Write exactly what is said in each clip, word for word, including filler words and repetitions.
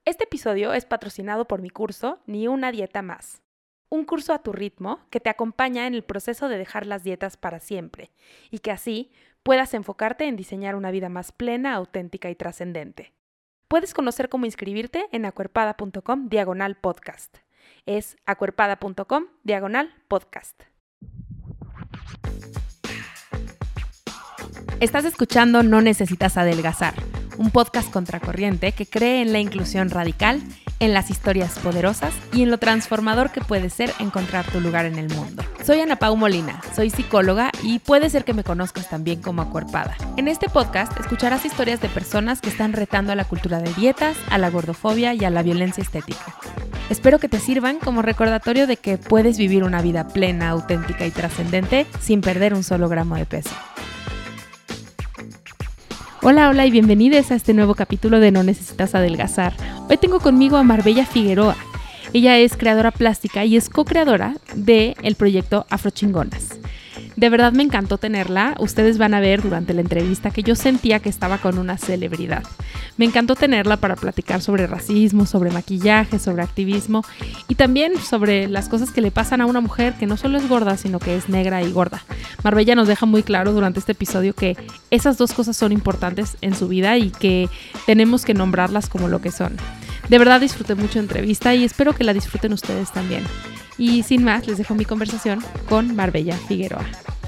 Este episodio es patrocinado por mi curso Ni una dieta más. Un curso a tu ritmo que te acompaña en el proceso de dejar las dietas para siempre y que así puedas enfocarte en diseñar una vida más plena, auténtica y trascendente. Puedes conocer cómo inscribirte en acuerpada.com diagonal podcast. Es acuerpada.com diagonal podcast. Estás escuchando No Necesitas Adelgazar, un podcast contracorriente que cree en la inclusión radical, en las historias poderosas y en lo transformador que puede ser encontrar tu lugar en el mundo. Soy Ana Pau Molina, soy psicóloga y puede ser que me conozcas también como Acuerpada. En este podcast escucharás historias de personas que están retando a la cultura de dietas, a la gordofobia y a la violencia estética. Espero que te sirvan como recordatorio de que puedes vivir una vida plena, auténtica y trascendente sin perder un solo gramo de peso. Hola, hola y bienvenidos a este nuevo capítulo de No Necesitas Adelgazar. Hoy tengo conmigo a Marbella Figueroa. Ella es creadora plástica y es co-creadora del proyecto Afrochingonas. De verdad me encantó tenerla. Ustedes van a ver durante la entrevista que yo sentía que estaba con una celebridad. Me encantó tenerla para platicar sobre racismo, sobre maquillaje, sobre activismo y también sobre las cosas que le pasan a una mujer que no solo es gorda, sino que es negra y gorda. Marbella nos deja muy claro durante este episodio que esas dos cosas son importantes en su vida y que tenemos que nombrarlas como lo que son. De verdad disfruté mucho la entrevista y espero que la disfruten ustedes también. Y sin más, les dejo mi conversación con Marbella Figueroa.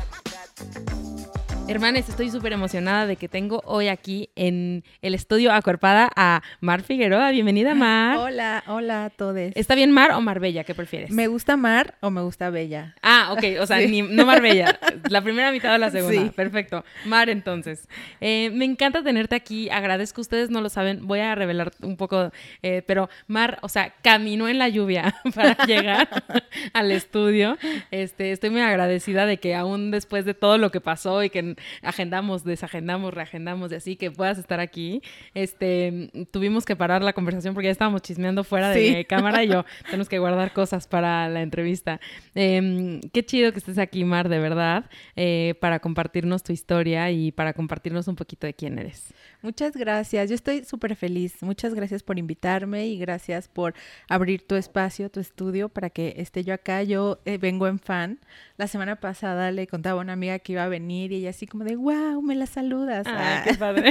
Hermanes, estoy súper emocionada de que tengo hoy aquí en el estudio Acuerpada a Mar Figueroa. Bienvenida, Mar. Hola, hola a todos. ¿Está bien Mar o Marbella? ¿Qué prefieres? ¿Me gusta Mar o me gusta Bella? Ah, ok, o sea, sí. ni, no Marbella. La primera mitad o la segunda. Sí. Perfecto. Mar, entonces. Eh, me encanta tenerte aquí. Agradezco, ustedes no lo saben. Voy a revelar un poco, eh, pero Mar, o sea, caminó en la lluvia para llegar al estudio. Este, estoy muy agradecida de que aún después de todo lo que pasó y que agendamos, desagendamos, reagendamos y así, que puedas estar aquí. Este, tuvimos que parar la conversación porque ya estábamos chismeando fuera sí. de cámara y yo tenemos que guardar cosas para la entrevista. Eh, qué chido que estés aquí, Mar, de verdad, eh, para compartirnos tu historia y para compartirnos un poquito de quién eres. Muchas gracias, yo estoy súper feliz. Muchas gracias por invitarme y gracias por abrir tu espacio, tu estudio para que esté yo acá. Yo eh, vengo en fan. La semana pasada le contaba a una amiga que iba a venir y ella así como de, wow, me la saludas. Ah, qué padre.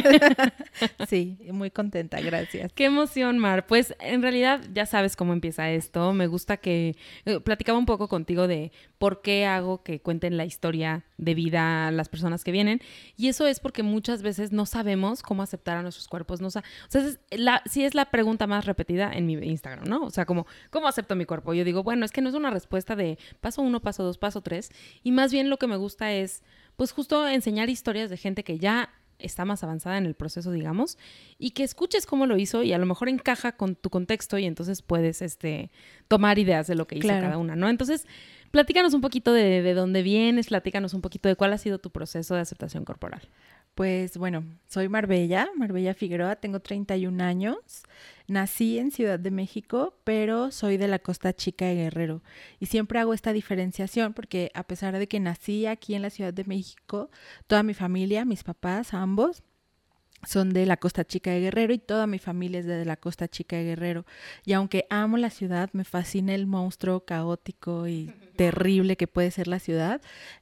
Sí, muy contenta, gracias. Qué emoción, Mar. Pues en realidad ya sabes cómo empieza esto. Me gusta que eh, platicaba un poco contigo de por qué hago que cuenten la historia de vida a las personas que vienen. Y eso es porque muchas veces no sabemos cómo aceptar a nuestros cuerpos. No, o sea, es la, sí es la pregunta más repetida en mi Instagram, ¿no? O sea, como, ¿cómo acepto mi cuerpo? Yo digo, bueno, es que no es una respuesta de paso uno, paso dos, paso tres. Y más bien lo que me gusta es, pues justo enseñar historias de gente que ya está más avanzada en el proceso, digamos, y que escuches cómo lo hizo y a lo mejor encaja con tu contexto y entonces puedes este, tomar ideas de lo que hizo claro. cada una, ¿no? Entonces, platícanos un poquito de, de dónde vienes, platícanos un poquito de cuál ha sido tu proceso de aceptación corporal. Pues bueno, soy Marbella, Marbella Figueroa, tengo treinta y un años, nací en Ciudad de México, pero soy de la Costa Chica de Guerrero y siempre hago esta diferenciación porque a pesar de que nací aquí en la Ciudad de México, toda mi familia, mis papás, ambos, son de la Costa Chica de Guerrero y toda mi familia es de la Costa Chica de Guerrero. Y aunque amo la ciudad, me fascina el monstruo caótico y terrible que puede ser la ciudad.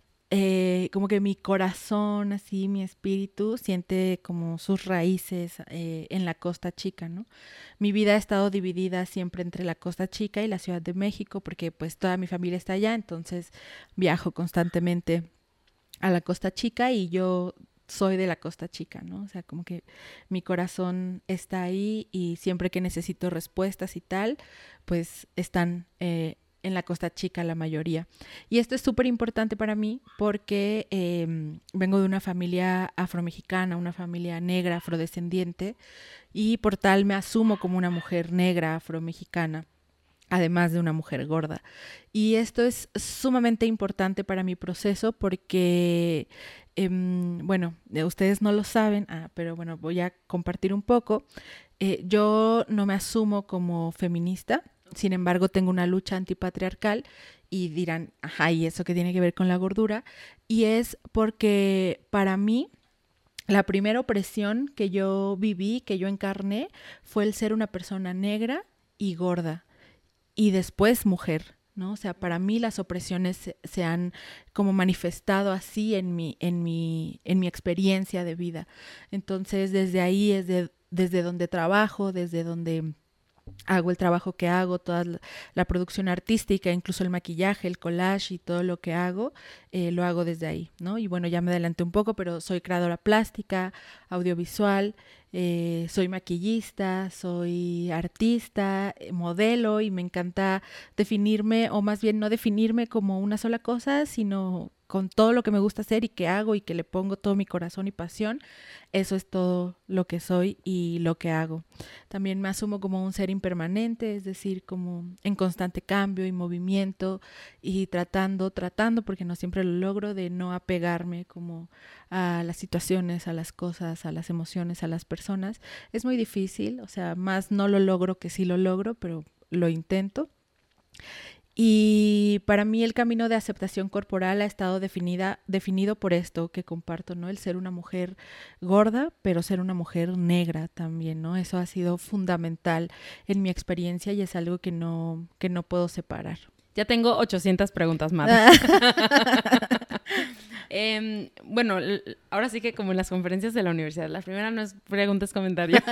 Eh, como que mi corazón, así, mi espíritu siente como sus raíces eh, en la Costa Chica, ¿no? Mi vida ha estado dividida siempre entre la Costa Chica y la Ciudad de México porque pues toda mi familia está allá, entonces viajo constantemente a la Costa Chica y yo soy de la Costa Chica, ¿no? O sea, como que mi corazón está ahí y siempre que necesito respuestas y tal, pues están eh, en la Costa Chica la mayoría. Y esto es súper importante para mí porque eh, vengo de una familia afromexicana, una familia negra, afrodescendiente, y por tal me asumo como una mujer negra, afromexicana, además de una mujer gorda. Y esto es sumamente importante para mi proceso porque, eh, bueno, ustedes no lo saben, ah, pero bueno, voy a compartir un poco. Eh, yo no me asumo como feminista. Sin embargo, tengo una lucha antipatriarcal y dirán, ajá, ¿y eso qué tiene que ver con la gordura? Y es porque para mí la primera opresión que yo viví, que yo encarné, fue el ser una persona negra y gorda, y después mujer, ¿no? O sea, para mí las opresiones se, se han como manifestado así en mi, en mi, en mi experiencia de vida. Entonces, desde ahí es de, desde donde trabajo, desde donde hago el trabajo que hago, toda la, la producción artística, incluso el maquillaje, el collage y todo lo que hago, eh, lo hago desde ahí, ¿no? Y bueno, ya me adelanté un poco, pero soy creadora plástica, audiovisual, eh, soy maquillista, soy artista, eh, modelo, y me encanta definirme, o más bien no definirme como una sola cosa, sino con todo lo que me gusta hacer y que hago y que le pongo todo mi corazón y pasión. Eso es todo lo que soy y lo que hago. También me asumo como un ser impermanente, es decir, como en constante cambio y movimiento, y tratando, tratando, porque no siempre lo logro, de no apegarme como a las situaciones, a las cosas, a las emociones, a las personas. Es muy difícil, o sea, más no lo logro que sí lo logro, pero lo intento. Y para mí el camino de aceptación corporal ha estado definida, definido por esto que comparto, ¿no? El ser una mujer gorda, pero ser una mujer negra también, ¿no? Eso ha sido fundamental en mi experiencia y es algo que no, que no puedo separar. Ya tengo ochocientas preguntas más. eh, bueno, ahora sí que como en las conferencias de la universidad, la primera no es preguntas, comentarios.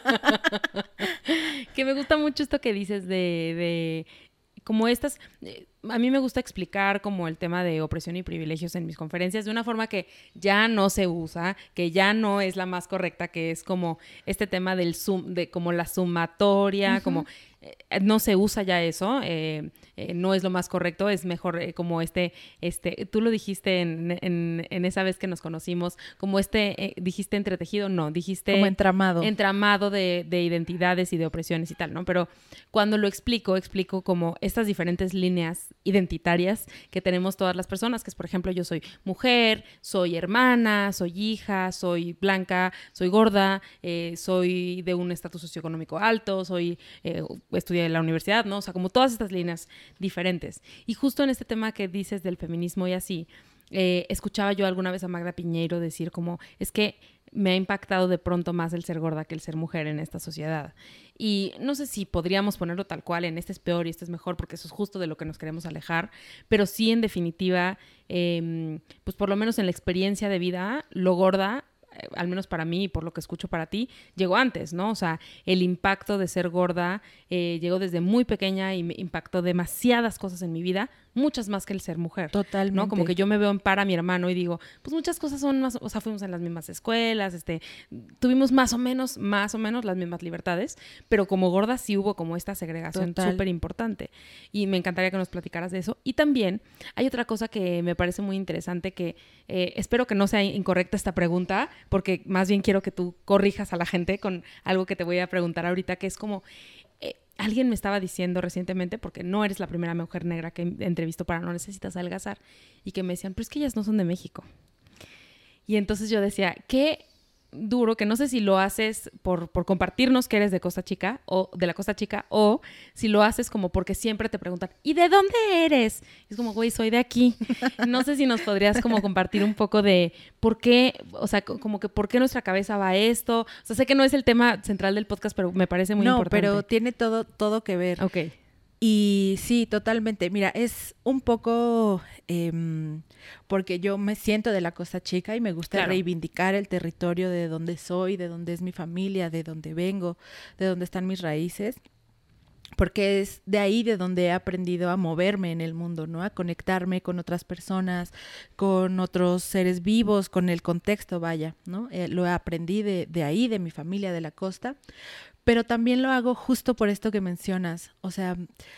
Que me gusta mucho esto que dices de... de como estas, eh, a mí me gusta explicar como el tema de opresión y privilegios en mis conferencias de una forma que ya no se usa, que ya no es la más correcta, que es como este tema del sum, de como la sumatoria, uh-huh. como eh, no se usa ya eso, eh, eh, no es lo más correcto, es mejor eh, como este, este, tú lo dijiste en, en, en esa vez que nos conocimos, como este, eh, dijiste entretejido, no, dijiste... Como entramado. Entramado de, de identidades y de opresiones y tal, ¿no? Pero cuando lo explico, explico como estas diferentes líneas identitarias que tenemos todas las personas, que es, por ejemplo, yo soy mujer, soy hermana, soy hija, soy blanca, soy gorda, eh, soy de un estatus socioeconómico alto, soy eh, estudié en la universidad, ¿no? O sea, como todas estas líneas diferentes. Y justo en este tema que dices del feminismo y así, eh, escuchaba yo alguna vez a Magda Piñeiro decir como, es que me ha impactado de pronto más el ser gorda que el ser mujer en esta sociedad. Y no sé si podríamos ponerlo tal cual en este es peor y este es mejor, porque eso es justo de lo que nos queremos alejar, pero sí, en definitiva, eh, pues por lo menos en la experiencia de vida, lo gorda, eh, al menos para mí y por lo que escucho para ti, llegó antes, ¿no? O sea, el impacto de ser gorda eh, llegó desde muy pequeña y me impactó demasiadas cosas en mi vida, muchas más que el ser mujer. Totalmente. ¿No? Como que yo me veo en par a mi hermano y digo, pues muchas cosas son más, o sea, fuimos en las mismas escuelas, este, tuvimos más o menos, más o menos las mismas libertades, pero como gorda sí hubo como esta segregación súper importante. Y me encantaría que nos platicaras de eso. Y también hay otra cosa que me parece muy interesante, que eh, espero que no sea incorrecta esta pregunta, porque más bien quiero que tú corrijas a la gente con algo que te voy a preguntar ahorita, que es como... Eh, alguien me estaba diciendo recientemente, porque no eres la primera mujer negra que entrevisto para No Necesitas Adelgazar, y que me decían, pero es que ellas no son de México. Y entonces yo decía, qué duro, que no sé si lo haces por, por compartirnos que eres de Costa Chica, o de la Costa Chica, o si lo haces como porque siempre te preguntan, ¿y de dónde eres? Y es como, güey, soy de aquí. No sé si nos podrías como compartir un poco de por qué, o sea, como que por qué nuestra cabeza va a esto. O sea, sé que no es el tema central del podcast, pero me parece muy no, importante. No, pero tiene todo, todo que ver. Ok. Y sí, totalmente. Mira, es un poco eh, porque yo me siento de la Costa Chica y me gusta claro. reivindicar el territorio de donde soy, de donde es mi familia, de donde vengo, de donde están mis raíces. Porque es de ahí de donde he aprendido a moverme en el mundo, ¿no? A conectarme con otras personas, con otros seres vivos, con el contexto, vaya, ¿no? Eh, lo aprendí de, de ahí, de mi familia, de la costa. Pero también lo hago justo por esto que mencionas. O sea,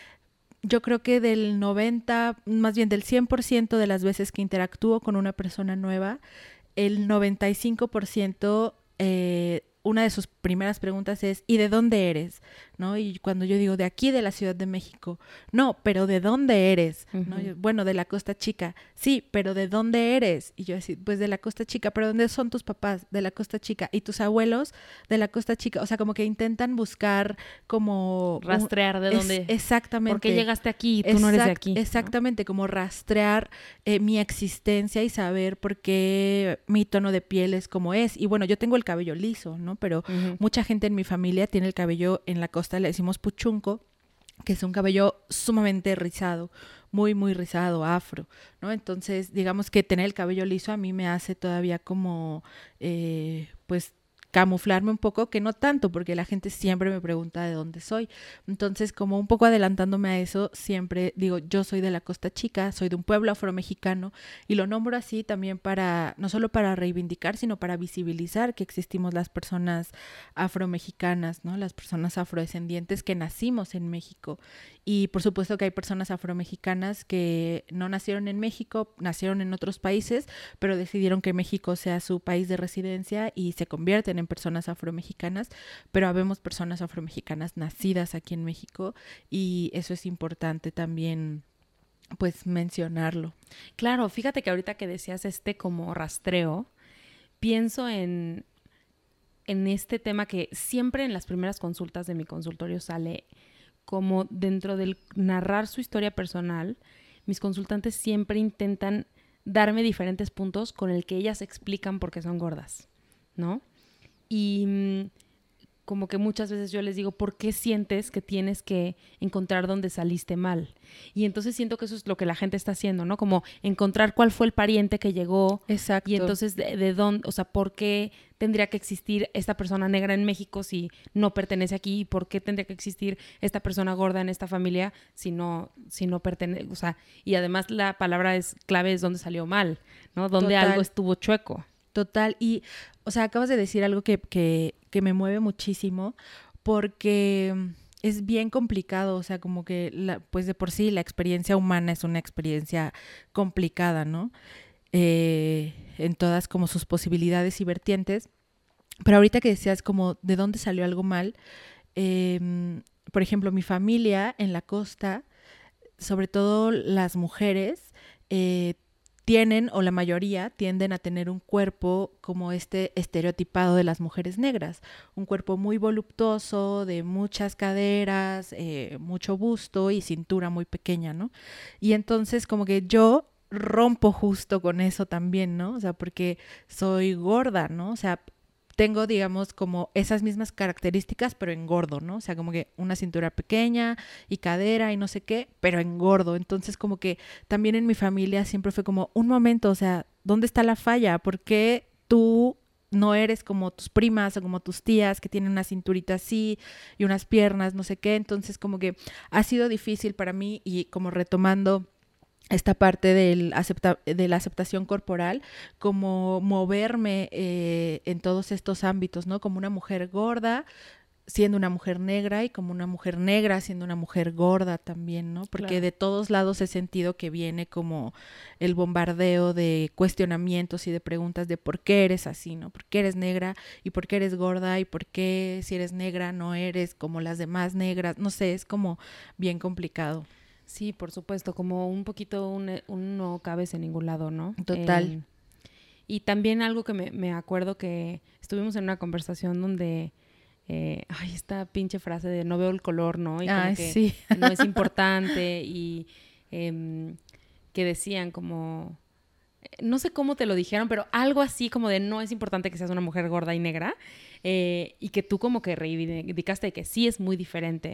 yo creo que del noventa, más bien del cien por ciento de las veces que interactúo con una persona nueva, el noventa y cinco por ciento... Eh, una de sus primeras preguntas es, ¿y de dónde eres? ¿no? Y cuando yo digo de aquí, de la Ciudad de México, no, pero ¿de dónde eres? Uh-huh. ¿No? Yo, bueno, de la Costa Chica, sí, pero ¿de dónde eres? Y yo decía, pues de la Costa Chica, pero ¿dónde son tus papás? De la Costa Chica. ¿Y tus abuelos? De la Costa Chica. O sea, como que intentan buscar como... Rastrear de un, dónde... Es, exactamente. ¿Por qué llegaste aquí y tú Exact, no eres de aquí? Exactamente, ¿no? Como rastrear eh, mi existencia y saber por qué mi tono de piel es como es. Y bueno, yo tengo el cabello liso, ¿no? Pero uh-huh. mucha gente en mi familia tiene el cabello, en la costa le decimos puchunco, que es un cabello sumamente rizado, muy, muy rizado, afro, ¿no? Entonces, digamos que tener el cabello liso a mí me hace todavía como, eh, pues, camuflarme un poco, que no tanto, porque la gente siempre me pregunta de dónde soy. Entonces, como un poco adelantándome a eso, siempre digo, yo soy de la Costa Chica, soy de un pueblo afromexicano, y lo nombro así también para, no solo para reivindicar, sino para visibilizar que existimos las personas afromexicanas, ¿no? Las personas afrodescendientes que nacimos en México. Y por supuesto que hay personas afromexicanas que no nacieron en México, nacieron en otros países, pero decidieron que México sea su país de residencia y se convierten en personas afromexicanas, pero habemos personas afromexicanas nacidas aquí en México y eso es importante también, pues, mencionarlo. Claro, fíjate que ahorita que decías este como rastreo, pienso en, en este tema que siempre en las primeras consultas de mi consultorio sale como dentro del narrar su historia personal, mis consultantes siempre intentan darme diferentes puntos con el que ellas explican por qué son gordas, ¿no? Y mmm, como que muchas veces yo les digo, ¿por qué sientes que tienes que encontrar dónde saliste mal? Y entonces siento que eso es lo que la gente está haciendo, ¿no? Como encontrar cuál fue el pariente que llegó. Exacto. Y entonces de, de dónde, o sea, ¿por qué tendría que existir esta persona negra en México si no pertenece aquí? ¿Y por qué tendría que existir esta persona gorda en esta familia si no, si no pertenece? O sea, y además la palabra es clave, es dónde salió mal, ¿no? Dónde Total. algo estuvo chueco. Total, y, o sea, acabas de decir algo que, que, que me mueve muchísimo porque es bien complicado, o sea, como que, la, pues de por sí la experiencia humana es una experiencia complicada, ¿no? Eh, en todas como sus posibilidades y vertientes, pero ahorita que decías como de dónde salió algo mal, eh, por ejemplo, mi familia en la costa, sobre todo las mujeres, eh, tienen, o la mayoría, tienden a tener un cuerpo como este estereotipado de las mujeres negras. Un cuerpo muy voluptuoso, de muchas caderas, eh, mucho busto y cintura muy pequeña, ¿no? Y entonces como que yo rompo justo con eso también, ¿no? O sea, porque soy gorda, ¿no? O sea, tengo, digamos, como esas mismas características, pero engordo, ¿no? O sea, como que una cintura pequeña y cadera y no sé qué, pero engordo. Entonces, como que también en mi familia siempre fue como, un momento, o sea, ¿dónde está la falla? ¿Por qué tú no eres como tus primas o como tus tías que tienen una cinturita así y unas piernas, no sé qué? Entonces, como que ha sido difícil para mí y como retomando esta parte del acepta, de la aceptación corporal, como moverme eh, en todos estos ámbitos, ¿no? Como una mujer gorda siendo una mujer negra y como una mujer negra siendo una mujer gorda también, ¿no? Porque claro, de todos lados he sentido que viene como el bombardeo de cuestionamientos y de preguntas de por qué eres así, ¿no? ¿Por qué eres negra? ¿Y por qué eres gorda? ¿Y por qué si eres negra no eres como las demás negras? No sé, es como bien complicado. Sí, por supuesto, como un poquito un, un no cabes en ningún lado, ¿no? Total. Eh, y también algo que me, me acuerdo que estuvimos en una conversación donde, eh, ay, esta pinche frase de no veo el color, ¿no? Y como ay, que sí. no es importante y eh, que decían como, no sé cómo te lo dijeron, pero algo así como de no es importante que seas una mujer gorda y negra eh, y que tú como que reivindicaste de que sí es muy diferente.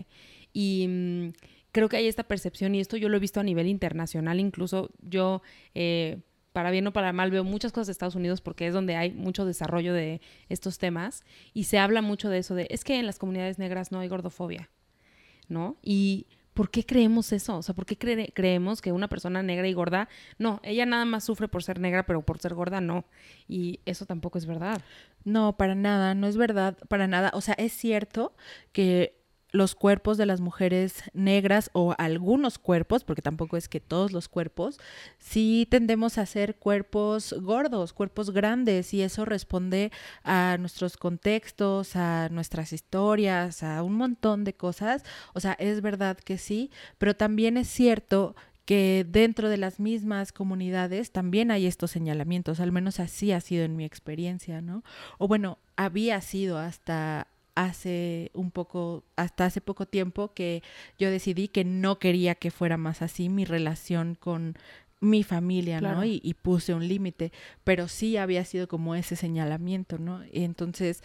Y creo que hay esta percepción, y esto yo lo he visto a nivel internacional, incluso yo, eh, para bien o para mal, veo muchas cosas de Estados Unidos porque es donde hay mucho desarrollo de estos temas, y se habla mucho de eso, de es que en las comunidades negras no hay gordofobia, ¿no? Y ¿por qué creemos eso? O sea, ¿por qué cre- creemos que una persona negra y gorda, no, ella nada más sufre por ser negra, pero por ser gorda no? Y eso tampoco es verdad. No, para nada, no es verdad, para nada. O sea, es cierto que los cuerpos de las mujeres negras o algunos cuerpos, porque tampoco es que todos los cuerpos, sí tendemos a ser cuerpos gordos, cuerpos grandes, y eso responde a nuestros contextos, a nuestras historias, a un montón de cosas. O sea, es verdad que sí, pero también es cierto que dentro de las mismas comunidades también hay estos señalamientos, al menos así ha sido en mi experiencia, ¿no? O bueno, había sido hasta hace un poco, hasta hace poco tiempo que yo decidí que no quería que fuera más así mi relación con mi familia, Claro. ¿no? Y, y puse un límite, pero sí había sido como ese señalamiento, ¿no? Y entonces,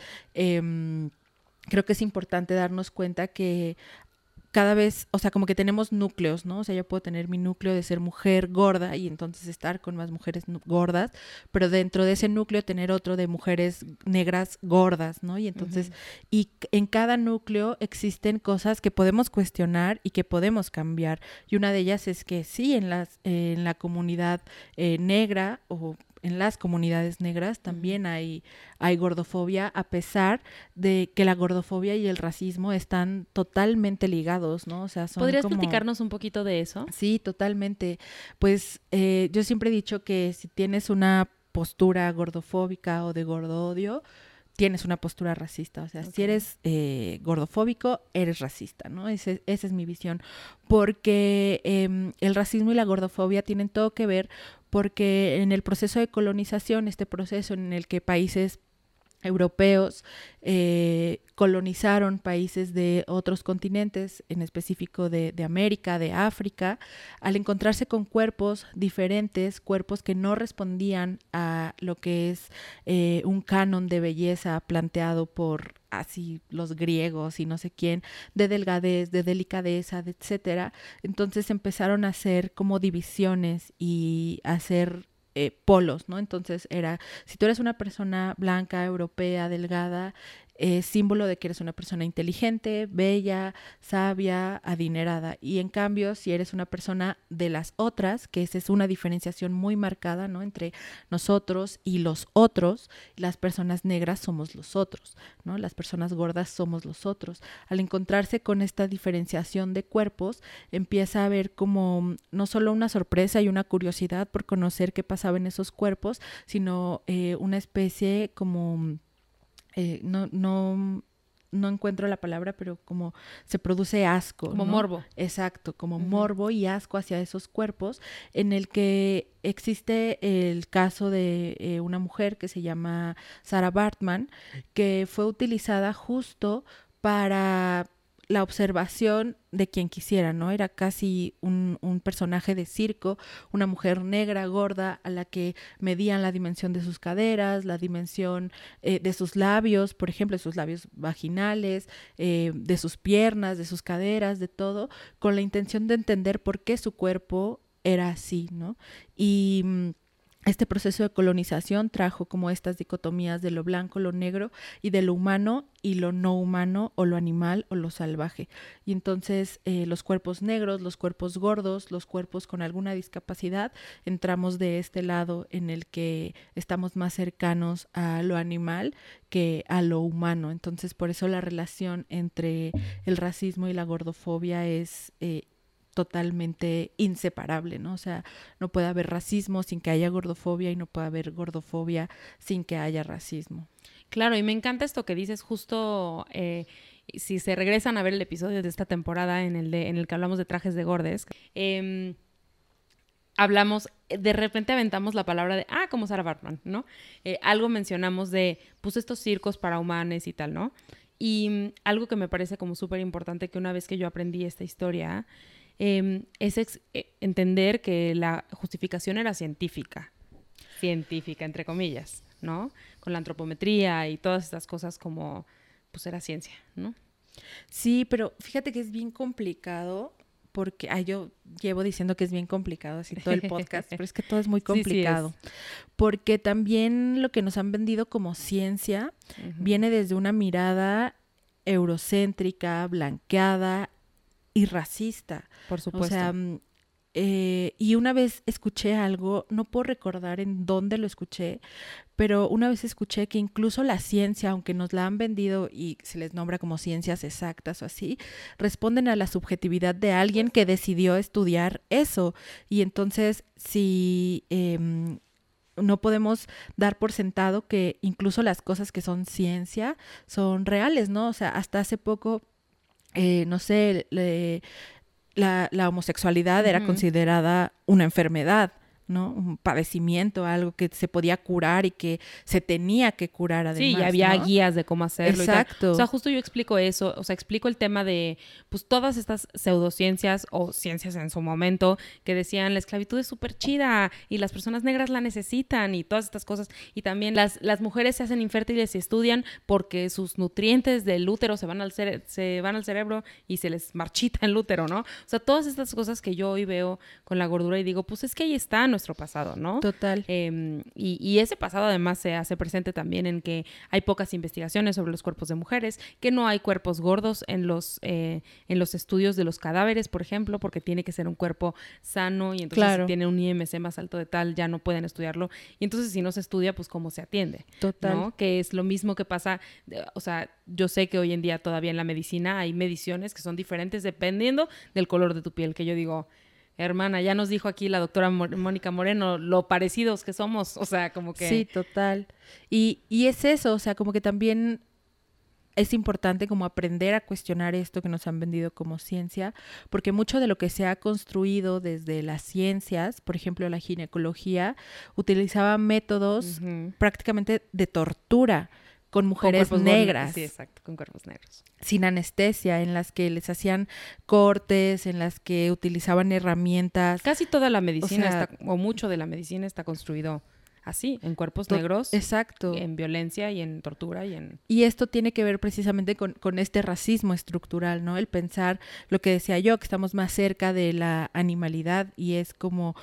eh, creo que es importante darnos cuenta que cada vez, o sea, como que tenemos núcleos, ¿no? O sea, yo puedo tener mi núcleo de ser mujer gorda y entonces estar con más mujeres gordas, pero dentro de ese núcleo tener otro de mujeres negras gordas, ¿no? Y entonces, uh-huh. y en cada núcleo existen cosas que podemos cuestionar y que podemos cambiar. Y una de ellas es que sí, en, las, eh, en la comunidad eh, negra o en las comunidades negras también hay, hay gordofobia, a pesar de que la gordofobia y el racismo están totalmente ligados, ¿no? O sea, son ¿Podrías como... platicarnos un poquito de eso? Sí, totalmente. Pues eh, yo siempre he dicho que si tienes una postura gordofóbica o de gordodio, tienes una postura racista. O sea, okay. si eres eh, gordofóbico, eres racista, ¿no? Ese, esa es mi visión. Porque eh, el racismo y la gordofobia tienen todo que ver porque en el proceso de colonización, este proceso en el que países europeos eh, colonizaron países de otros continentes, en específico de, de América, de África, al encontrarse con cuerpos diferentes, cuerpos que no respondían a lo que es eh, un canon de belleza planteado por así los griegos y no sé quién, de delgadez, de delicadeza, de etcétera. Entonces empezaron a hacer como divisiones y a hacer Eh, polos, ¿no? Entonces era, si tú eres una persona blanca, europea, delgada, eh, símbolo de que eres una persona inteligente, bella, sabia, adinerada. Y en cambio, si eres una persona de las otras, que esa es una diferenciación muy marcada, ¿no? Entre nosotros y los otros, las personas negras somos los otros, ¿no? Las personas gordas somos los otros. Al encontrarse con esta diferenciación de cuerpos, empieza a haber como no solo una sorpresa y una curiosidad por conocer qué pasaba en esos cuerpos, sino eh, una especie como... Eh, no, no, no encuentro la palabra, pero como se produce asco. Como ¿no? morbo. Exacto, como uh-huh. morbo y asco hacia esos cuerpos, en el que existe el caso de eh, una mujer que se llama Sarah Baartman, que fue utilizada justo para la observación de quien quisiera, ¿no? Era casi un, un personaje de circo, una mujer negra, gorda, a la que medían la dimensión de sus caderas, la dimensión eh, de sus labios, por ejemplo, de sus labios vaginales, eh, de sus piernas, de sus caderas, de todo, con la intención de entender por qué su cuerpo era así, ¿no? Y... Este proceso de colonización trajo como estas dicotomías de lo blanco, lo negro y de lo humano y lo no humano o lo animal o lo salvaje. Y entonces eh, los cuerpos negros, los cuerpos gordos, los cuerpos con alguna discapacidad, entramos de este lado en el que estamos más cercanos a lo animal que a lo humano. Entonces por eso la relación entre el racismo y la gordofobia es... Eh, totalmente inseparable, ¿no? O sea, no puede haber racismo sin que haya gordofobia y no puede haber gordofobia sin que haya racismo. Claro, y me encanta esto que dices justo, eh, si se regresan a ver el episodio de esta temporada en el, de, en el que hablamos de trajes de gordes, eh, hablamos, de repente aventamos la palabra de, ah, como Sarah Baartman, ¿no? Eh, algo mencionamos de, pues estos circos para humanes y tal, ¿no? Y um, algo que me parece como súper importante que una vez que yo aprendí esta historia... Eh, es ex- eh, entender que la justificación era científica, científica entre comillas, ¿no? Con la antropometría y todas estas cosas como, pues era ciencia, ¿no? Sí, pero fíjate que es bien complicado porque, ay, yo llevo diciendo que es bien complicado así todo el podcast, pero es que todo es muy complicado. Sí, sí es. Porque también lo que nos han vendido como ciencia uh-huh. viene desde una mirada eurocéntrica, blanqueada y racista. Por supuesto. O sea, Eh, y una vez escuché algo, no puedo recordar en dónde lo escuché, pero una vez escuché que incluso la ciencia, aunque nos la han vendido y se les nombra como ciencias exactas o así, responden a la subjetividad de alguien que decidió estudiar eso. Y entonces, si eh, no podemos dar por sentado que incluso las cosas que son ciencia son reales, ¿no? O sea, hasta hace poco, eh, no sé, le, La, la homosexualidad uh-huh. era considerada una enfermedad, ¿no? Un padecimiento, algo que se podía curar y que se tenía que curar además. Sí, y había ¿no? guías de cómo hacerlo. Exacto. Y tal. O sea, justo yo explico eso, o sea, explico el tema de, pues, todas estas pseudociencias o ciencias en su momento que decían la esclavitud es súper chida y las personas negras la necesitan y todas estas cosas. Y también las, las mujeres se hacen infértiles y estudian porque sus nutrientes del útero se van al cere- se van al cerebro y se les marchita el útero, ¿no? O sea, todas estas cosas que yo hoy veo con la gordura y digo, pues es que ahí está nuestro pasado, ¿no? Total. Eh, y, y ese pasado además se hace presente también en que hay pocas investigaciones sobre los cuerpos de mujeres, que no hay cuerpos gordos en los, eh, en los estudios de los cadáveres, por ejemplo, porque tiene que ser un cuerpo sano y entonces claro. si tiene un I M C más alto de tal, ya no pueden estudiarlo. Y entonces si no se estudia, pues cómo se atiende. Total. ¿No? Que es lo mismo que pasa, o sea, yo sé que hoy en día todavía en la medicina hay mediciones que son diferentes dependiendo del color de tu piel, que yo digo... Hermana, ya nos dijo aquí la doctora Mónica Moreno lo parecidos que somos, o sea, como que... Sí, total. Y, y es eso, o sea, como que también es importante como aprender a cuestionar esto que nos han vendido como ciencia, porque mucho de lo que se ha construido desde las ciencias, por ejemplo, la ginecología, utilizaba métodos uh-huh. prácticamente de tortura con mujeres con negras. Gordos. Sí, exacto, con cuerpos negros. Sin anestesia, en las que les hacían cortes, en las que utilizaban herramientas. Casi toda la medicina, o, sea, está, o mucho de la medicina está construido así, en cuerpos to- negros. Exacto. En violencia y en tortura y en... Y esto tiene que ver precisamente con, con este racismo estructural, ¿no? El pensar, lo que decía yo, que estamos más cerca de la animalidad y es como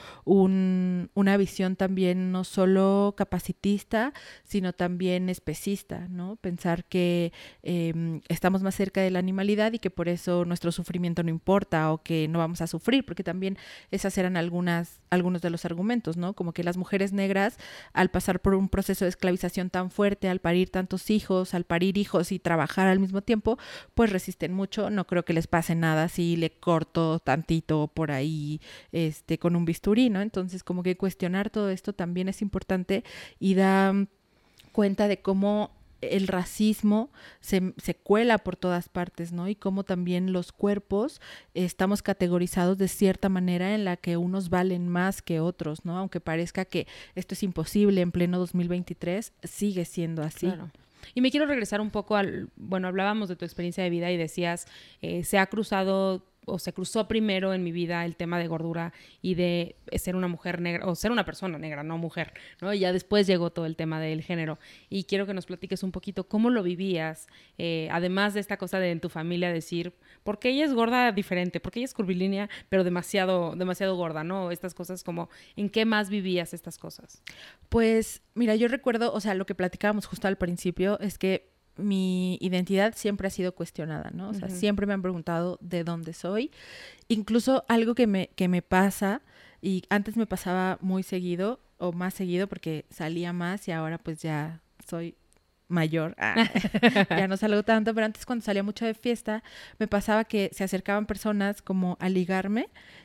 un, una visión también no solo capacitista, sino también especista, ¿no? Pensar que eh, estamos más cerca de la animalidad y que por eso nuestro sufrimiento no importa o que no vamos a sufrir, porque también esas eran algunas, algunos de los argumentos, ¿no? Como que las mujeres negras al pasar por un proceso de esclavización tan fuerte, al parir tantos hijos, al parir hijos y trabajar al mismo tiempo, pues resisten mucho. No creo que les pase nada si le corto tantito por ahí este, con un bisturí, ¿no? Entonces, como que cuestionar todo esto también es importante y da cuenta de cómo el racismo se, se cuela por todas partes, ¿no? Y cómo también los cuerpos eh, estamos categorizados de cierta manera en la que unos valen más que otros, ¿no? Aunque parezca que esto es imposible en pleno dos mil veintitrés, sigue siendo así. Claro. Y me quiero regresar un poco al... Bueno, hablábamos de tu experiencia de vida y decías, eh, se ha cruzado... o se cruzó primero en mi vida el tema de gordura y de ser una mujer negra, o ser una persona negra, no mujer, ¿no? Y ya después llegó todo el tema del género. Y quiero que nos platiques un poquito cómo lo vivías, eh, además de esta cosa de en tu familia decir, ¿por qué ella es gorda diferente? ¿Por qué ella es curvilínea, pero demasiado, demasiado gorda, ¿no? Estas cosas como, ¿en qué más vivías estas cosas? Pues, mira, yo recuerdo, o sea, lo que platicábamos justo al principio es que mi identidad siempre ha sido cuestionada, ¿no? O sea, uh-huh. siempre me han preguntado de dónde soy. Incluso algo que me, que me pasa, y antes me pasaba muy seguido, o más seguido porque salía más y ahora pues ya soy mayor. Ah, ya no salgo tanto, pero antes cuando salía mucho de fiesta, me pasaba que se acercaban personas como a ligarme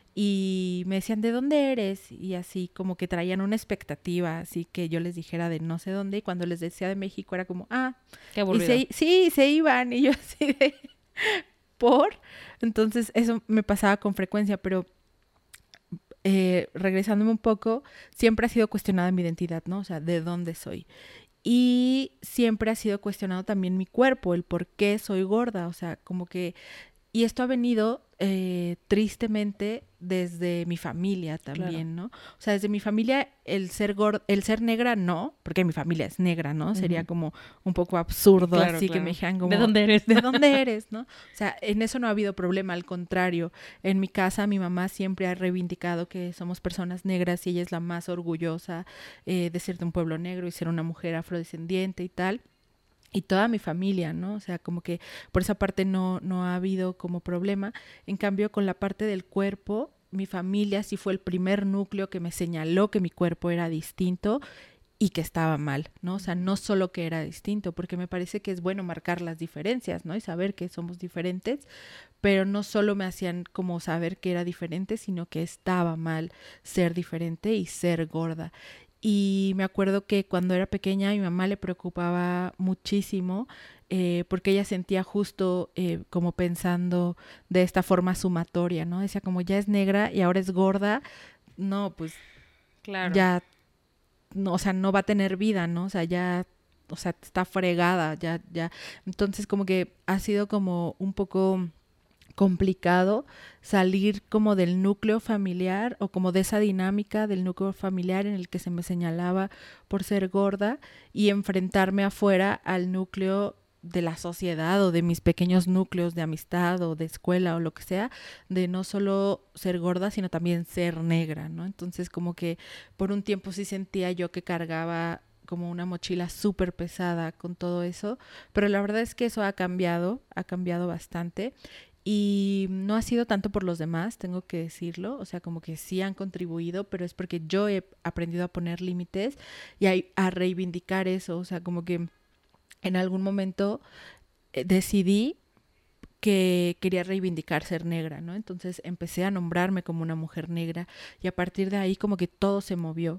y me decían, ¿de dónde eres? Y así como que traían una expectativa, así que yo les dijera de no sé dónde, y cuando les decía de México era como, ah, qué aburrido. Y se, sí, se iban, y yo así de, ¿por? Entonces eso me pasaba con frecuencia, pero eh, regresándome un poco, siempre ha sido cuestionada mi identidad, ¿no? O sea, ¿de dónde soy? Y siempre ha sido cuestionado también mi cuerpo, el por qué soy gorda, o sea, como que... Y esto ha venido eh, tristemente desde mi familia también, claro. ¿no? O sea, desde mi familia el ser gorda, el ser negra no, porque mi familia es negra, ¿no? Uh-huh. Sería como un poco absurdo, claro, así claro. que me dijeran como... ¿De dónde eres? ¿De dónde eres, no? O sea, en eso no ha habido problema, al contrario. En mi casa mi mamá siempre ha reivindicado que somos personas negras y ella es la más orgullosa eh, de ser de un pueblo negro y ser una mujer afrodescendiente y tal. Y toda mi familia, ¿no? O sea, como que por esa parte no, no ha habido como problema. En cambio, con la parte del cuerpo, mi familia sí fue el primer núcleo que me señaló que mi cuerpo era distinto y que estaba mal, ¿no? O sea, no solo que era distinto, porque me parece que es bueno marcar las diferencias, ¿no? Y saber que somos diferentes, pero no solo me hacían como saber que era diferente, sino que estaba mal ser diferente y ser gorda. Y me acuerdo que cuando era pequeña a mi mamá le preocupaba muchísimo eh, porque ella sentía justo eh, como pensando de esta forma sumatoria, ¿no? Decía como ya es negra y ahora es gorda, no, pues Claro. ya, no, o sea, no va a tener vida, ¿no? O sea, ya, o sea, está fregada, ya, ya. Entonces como que ha sido como un poco complicado salir como del núcleo familiar o como de esa dinámica del núcleo familiar en el que se me señalaba por ser gorda y enfrentarme afuera al núcleo de la sociedad o de mis pequeños núcleos de amistad o de escuela o lo que sea, de no solo ser gorda, sino también ser negra, ¿no? Entonces como que por un tiempo sí sentía yo que cargaba como una mochila súper pesada con todo eso, pero la verdad es que eso ha cambiado, ha cambiado bastante. Y no ha sido tanto por los demás, tengo que decirlo, o sea, como que sí han contribuido, pero es porque yo he aprendido a poner límites y a, a reivindicar eso, o sea, como que en algún momento eh, decidí que quería reivindicar ser negra, ¿no? Entonces empecé a nombrarme como una mujer negra y a partir de ahí como que todo se movió.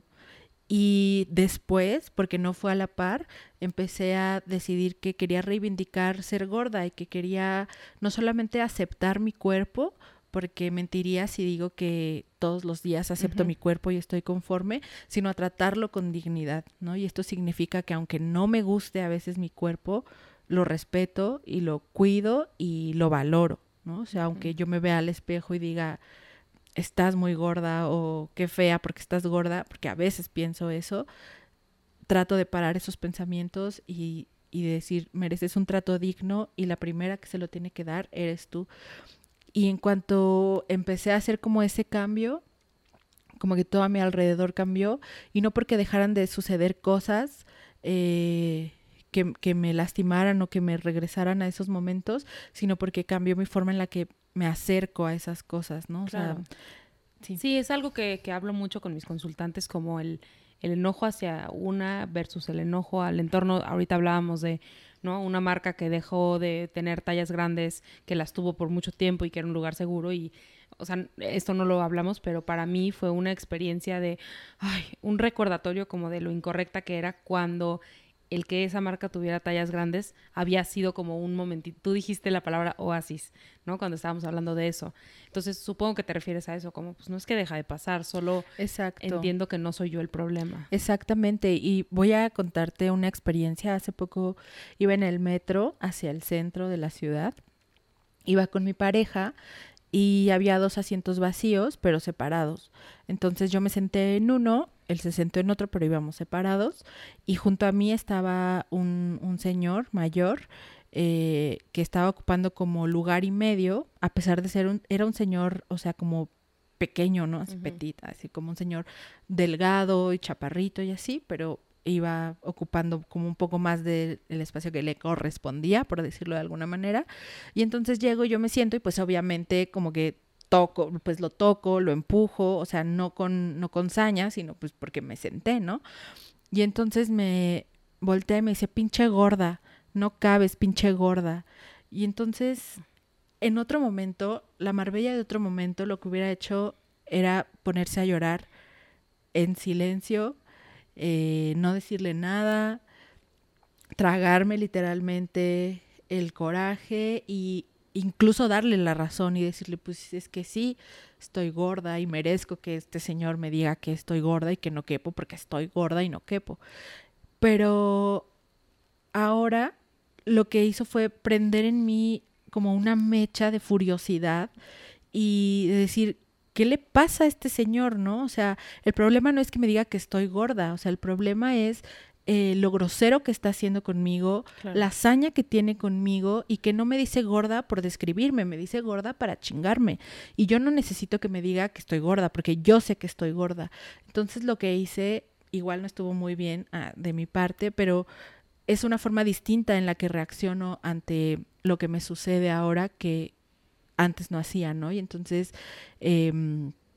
Y después, porque no fue a la par, empecé a decidir que quería reivindicar ser gorda y que quería no solamente aceptar mi cuerpo, porque mentiría si digo que todos los días acepto uh-huh. mi cuerpo y estoy conforme, sino a tratarlo con dignidad, ¿no? Y esto significa que aunque no me guste a veces mi cuerpo, lo respeto y lo cuido y lo valoro, ¿no? O sea, uh-huh. aunque yo me vea al espejo y diga estás muy gorda o qué fea porque estás gorda, porque a veces pienso eso, trato de parar esos pensamientos y, y decir, mereces un trato digno y la primera que se lo tiene que dar eres tú. Y en cuanto empecé a hacer como ese cambio, como que todo a mi alrededor cambió y no porque dejaran de suceder cosas eh, que, que me lastimaran o que me regresaran a esos momentos, sino porque cambió mi forma en la que me acerco a esas cosas, ¿no? O claro. sea, sí. sí, es algo que, que hablo mucho con mis consultantes, como el, el enojo hacia una versus el enojo al entorno. Ahorita hablábamos de, ¿no? Una marca que dejó de tener tallas grandes, que las tuvo por mucho tiempo y que era un lugar seguro y, o sea, esto no lo hablamos, pero para mí fue una experiencia de, ay, un recordatorio como de lo incorrecta que era cuando el que esa marca tuviera tallas grandes había sido como un momentito. Tú dijiste la palabra oasis, ¿no? Cuando estábamos hablando de eso. Entonces, supongo que te refieres a eso, como, pues no es que deja de pasar, solo Exacto. entiendo que no soy yo el problema. Exactamente, y voy a contarte una experiencia. Hace poco iba en el metro hacia el centro de la ciudad, iba con mi pareja y había dos asientos vacíos, pero separados. Entonces yo me senté en uno, él se sentó en otro, pero íbamos separados. Y junto a mí estaba un, un señor mayor eh, que estaba ocupando como lugar y medio, a pesar de ser un, era un señor, o sea, como pequeño, ¿no? Así uh-huh. petita, así como un señor delgado y chaparrito y así, pero iba ocupando como un poco más del espacio que le correspondía, por decirlo de alguna manera. Y entonces llego, yo me siento y pues obviamente como que toco, pues lo toco, lo empujo, o sea, no con, no con saña, sino pues porque me senté, ¿no? Y entonces me voltea y me dice, pinche gorda, no cabes, pinche gorda. Y entonces, en otro momento, la Marbella de otro momento, lo que hubiera hecho era ponerse a llorar en silencio, Eh, no decirle nada, tragarme literalmente el coraje y incluso darle la razón y decirle, pues es que sí, estoy gorda y merezco que este señor me diga que estoy gorda y que no quepo porque estoy gorda y no quepo. Pero ahora lo que hizo fue prender en mí como una mecha de furiosidad y de decir, ¿qué le pasa a este señor, no? O sea, el problema no es que me diga que estoy gorda, o sea, el problema es eh, lo grosero que está haciendo conmigo, claro. la hazaña que tiene conmigo y que no me dice gorda por describirme, me dice gorda para chingarme. Y yo no necesito que me diga que estoy gorda, porque yo sé que estoy gorda. Entonces lo que hice, igual no estuvo muy bien ah, de mi parte, pero es una forma distinta en la que reacciono ante lo que me sucede ahora que antes no hacía, ¿no? Y entonces eh,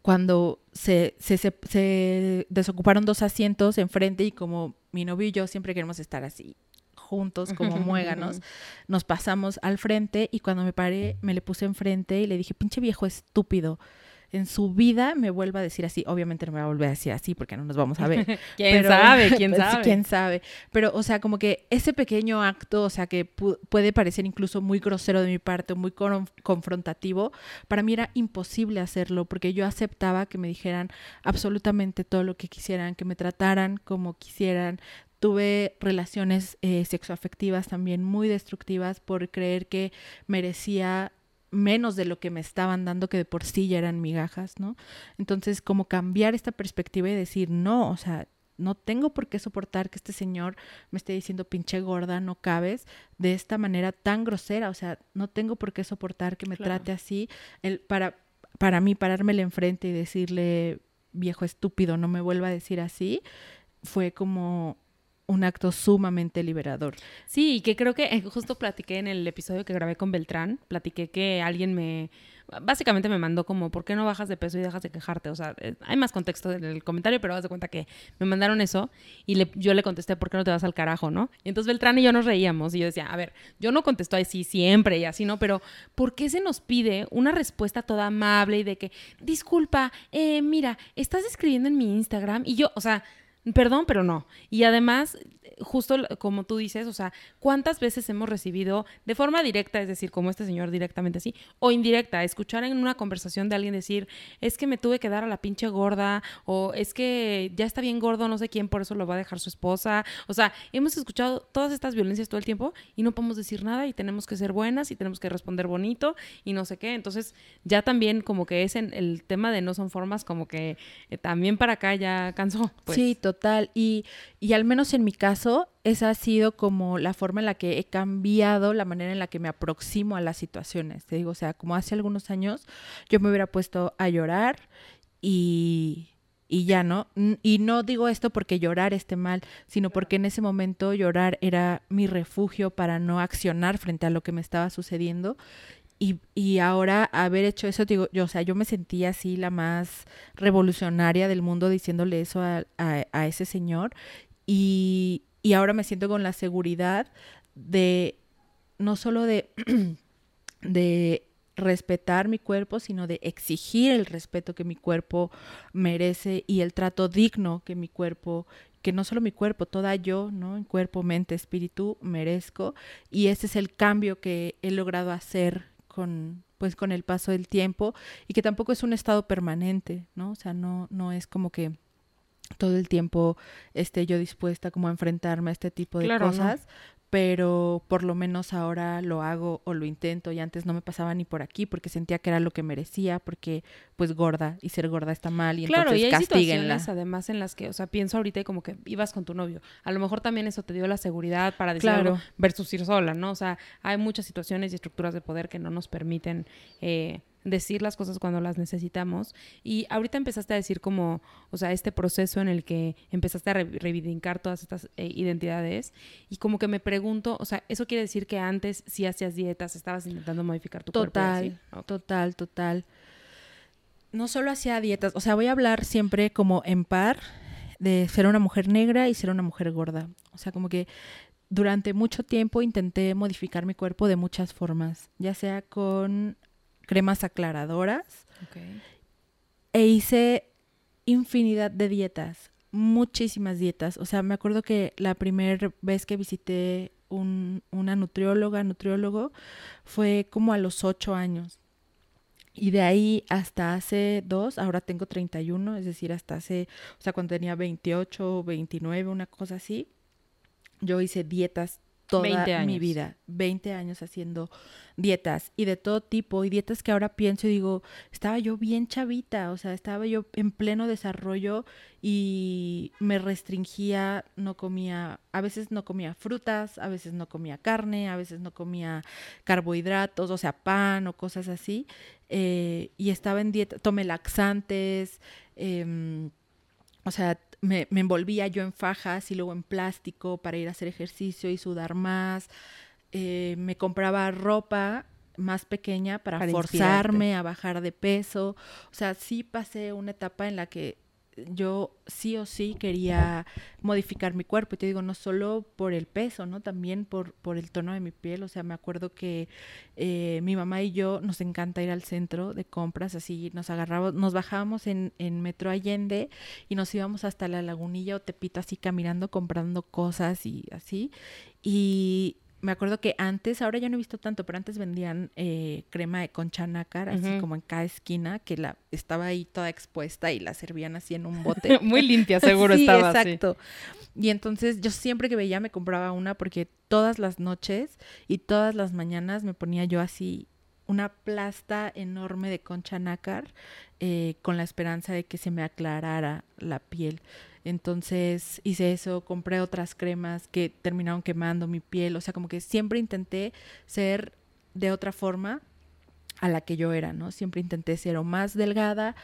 cuando se, se, se, se desocuparon dos asientos enfrente y como mi novio y yo siempre queremos estar así juntos como muéganos, nos pasamos al frente y cuando me paré me le puse enfrente y le dije, pinche viejo estúpido, en su vida me vuelva a decir así. Obviamente no me va a volver a decir así porque no nos vamos a ver. ¿Quién pero, sabe? ¿Quién pues, sabe? ¿Quién sabe? Pero, o sea, como que ese pequeño acto, o sea, que pu- puede parecer incluso muy grosero de mi parte, muy con- confrontativo, para mí era imposible hacerlo porque yo aceptaba que me dijeran absolutamente todo lo que quisieran, que me trataran como quisieran. Tuve relaciones eh, sexoafectivas también muy destructivas por creer que merecía menos de lo que me estaban dando, que de por sí ya eran migajas, ¿no? Entonces, como cambiar esta perspectiva y decir, no, o sea, no tengo por qué soportar que este señor me esté diciendo pinche gorda, no cabes, de esta manera tan grosera, o sea, no tengo por qué soportar que me Claro. trate así. El, para, para mí, parármele enfrente y decirle, viejo estúpido, no me vuelva a decir así, fue como un acto sumamente liberador. Sí, que creo que eh, justo platiqué en el episodio que grabé con Beltrán, platiqué que alguien me, básicamente me mandó como, ¿por qué no bajas de peso y dejas de quejarte? O sea, eh, hay más contexto en el comentario, pero haz de cuenta que me mandaron eso y le, yo le contesté, ¿por qué no te vas al carajo, no? Y entonces Beltrán y yo nos reíamos y yo decía, a ver, yo no contesto así siempre y así, ¿no? Pero ¿por qué se nos pide una respuesta toda amable y de que, disculpa, eh, mira, estás escribiendo en mi Instagram y yo, o sea... Perdón, pero no. Y además, justo como tú dices, o sea, ¿cuántas veces hemos recibido de forma directa, es decir, como este señor directamente así, o indirecta, escuchar en una conversación de alguien decir, es que me tuve que dar a la pinche gorda, o es que ya está bien gordo, no sé quién, por eso lo va a dejar su esposa? O sea, hemos escuchado todas estas violencias todo el tiempo y no podemos decir nada y tenemos que ser buenas y tenemos que responder bonito y no sé qué. Entonces, ya también como que es en el tema de no son formas, como que eh, también para acá ya cansó. Pues. Sí, total. Y, y al menos en mi caso, esa ha sido como la forma en la que he cambiado la manera en la que me aproximo a las situaciones. Te digo, o sea, como hace algunos años yo me hubiera puesto a llorar y, y ya, ¿no? Y no digo esto porque llorar esté mal, sino porque en ese momento llorar era mi refugio para no accionar frente a lo que me estaba sucediendo. Y, y ahora haber hecho eso, digo, yo, o sea, yo me sentía así la más revolucionaria del mundo diciéndole eso a, a, a ese señor. Y, y ahora me siento con la seguridad de, no solo de, de respetar mi cuerpo, sino de exigir el respeto que mi cuerpo merece y el trato digno que mi cuerpo, que no solo mi cuerpo, toda yo, ¿no? En cuerpo, mente, espíritu, merezco. Y ese es el cambio que he logrado hacer con, pues, con el paso del tiempo, y que tampoco es un estado permanente, ¿no? O sea, no, no es como que todo el tiempo esté yo dispuesta como a enfrentarme a este tipo de Claro, cosas, no. pero por lo menos ahora lo hago o lo intento, y antes no me pasaba ni por aquí porque sentía que era lo que merecía, porque pues gorda, y ser gorda está mal, y Claro, entonces y hay castíguenla. situaciones además en las que, o sea, pienso ahorita y como que ibas con tu novio. A lo mejor también eso te dio la seguridad para decir Claro. algo versus ir sola, ¿no? O sea, hay muchas situaciones y estructuras de poder que no nos permiten eh, decir las cosas cuando las necesitamos. Y ahorita empezaste a decir como, o sea, este proceso en el que empezaste a re- reivindicar todas estas eh, identidades, y como que me pregunto, o sea, ¿eso quiere decir que antes sí hacías dietas, estabas intentando modificar tu cuerpo? Total, y así? Ok. total, total. No solo hacía dietas, o sea, voy a hablar siempre como en par de ser una mujer negra y ser una mujer gorda. O sea, como que durante mucho tiempo intenté modificar mi cuerpo de muchas formas, ya sea con cremas aclaradoras, Okay. e hice infinidad de dietas, muchísimas dietas. O sea, me acuerdo que la primera vez que visité un, una nutrióloga, nutriólogo, fue como a los ocho años. Y de ahí hasta hace dos, ahora tengo treinta y uno, es decir, hasta hace, o sea, cuando tenía veintiocho o veintinueve, una cosa así, yo hice dietas toda veinte mi años. vida, veinte años haciendo dietas, y de todo tipo, y dietas que ahora pienso y digo, estaba yo bien chavita, o sea, estaba yo en pleno desarrollo y me restringía, no comía, a veces no comía frutas, a veces no comía carne, a veces no comía carbohidratos, o sea, pan o cosas así, eh, y estaba en dieta, tomé laxantes, eh, o sea, me, me envolvía yo en fajas y luego en plástico para ir a hacer ejercicio y sudar más. Eh, me compraba ropa más pequeña para, Para forzarme inspirarte. a bajar de peso. O sea, sí pasé una etapa en la que yo sí o sí quería modificar mi cuerpo. Y te digo, no solo por el peso, ¿no? También por, por el tono de mi piel. O sea, me acuerdo que eh, mi mamá y yo nos encanta ir al centro de compras, así nos agarrábamos, nos bajábamos en, en Metro Allende y nos íbamos hasta la Lagunilla o Tepito así caminando, comprando cosas y así. Y me acuerdo que antes, ahora ya no he visto tanto, pero antes vendían eh, crema de concha nácar, así Ujú. como en cada esquina, que la estaba ahí toda expuesta y la servían así en un bote. Muy limpia, seguro Sí, estaba así. exacto. Y entonces yo siempre que veía me compraba una porque todas las noches y todas las mañanas me ponía yo así una plasta enorme de concha nácar eh, con la esperanza de que se me aclarara la piel. Entonces hice eso, compré otras cremas que terminaron quemando mi piel. O sea, como que siempre intenté ser de otra forma a la que yo era, ¿no? Siempre intenté ser o más delgada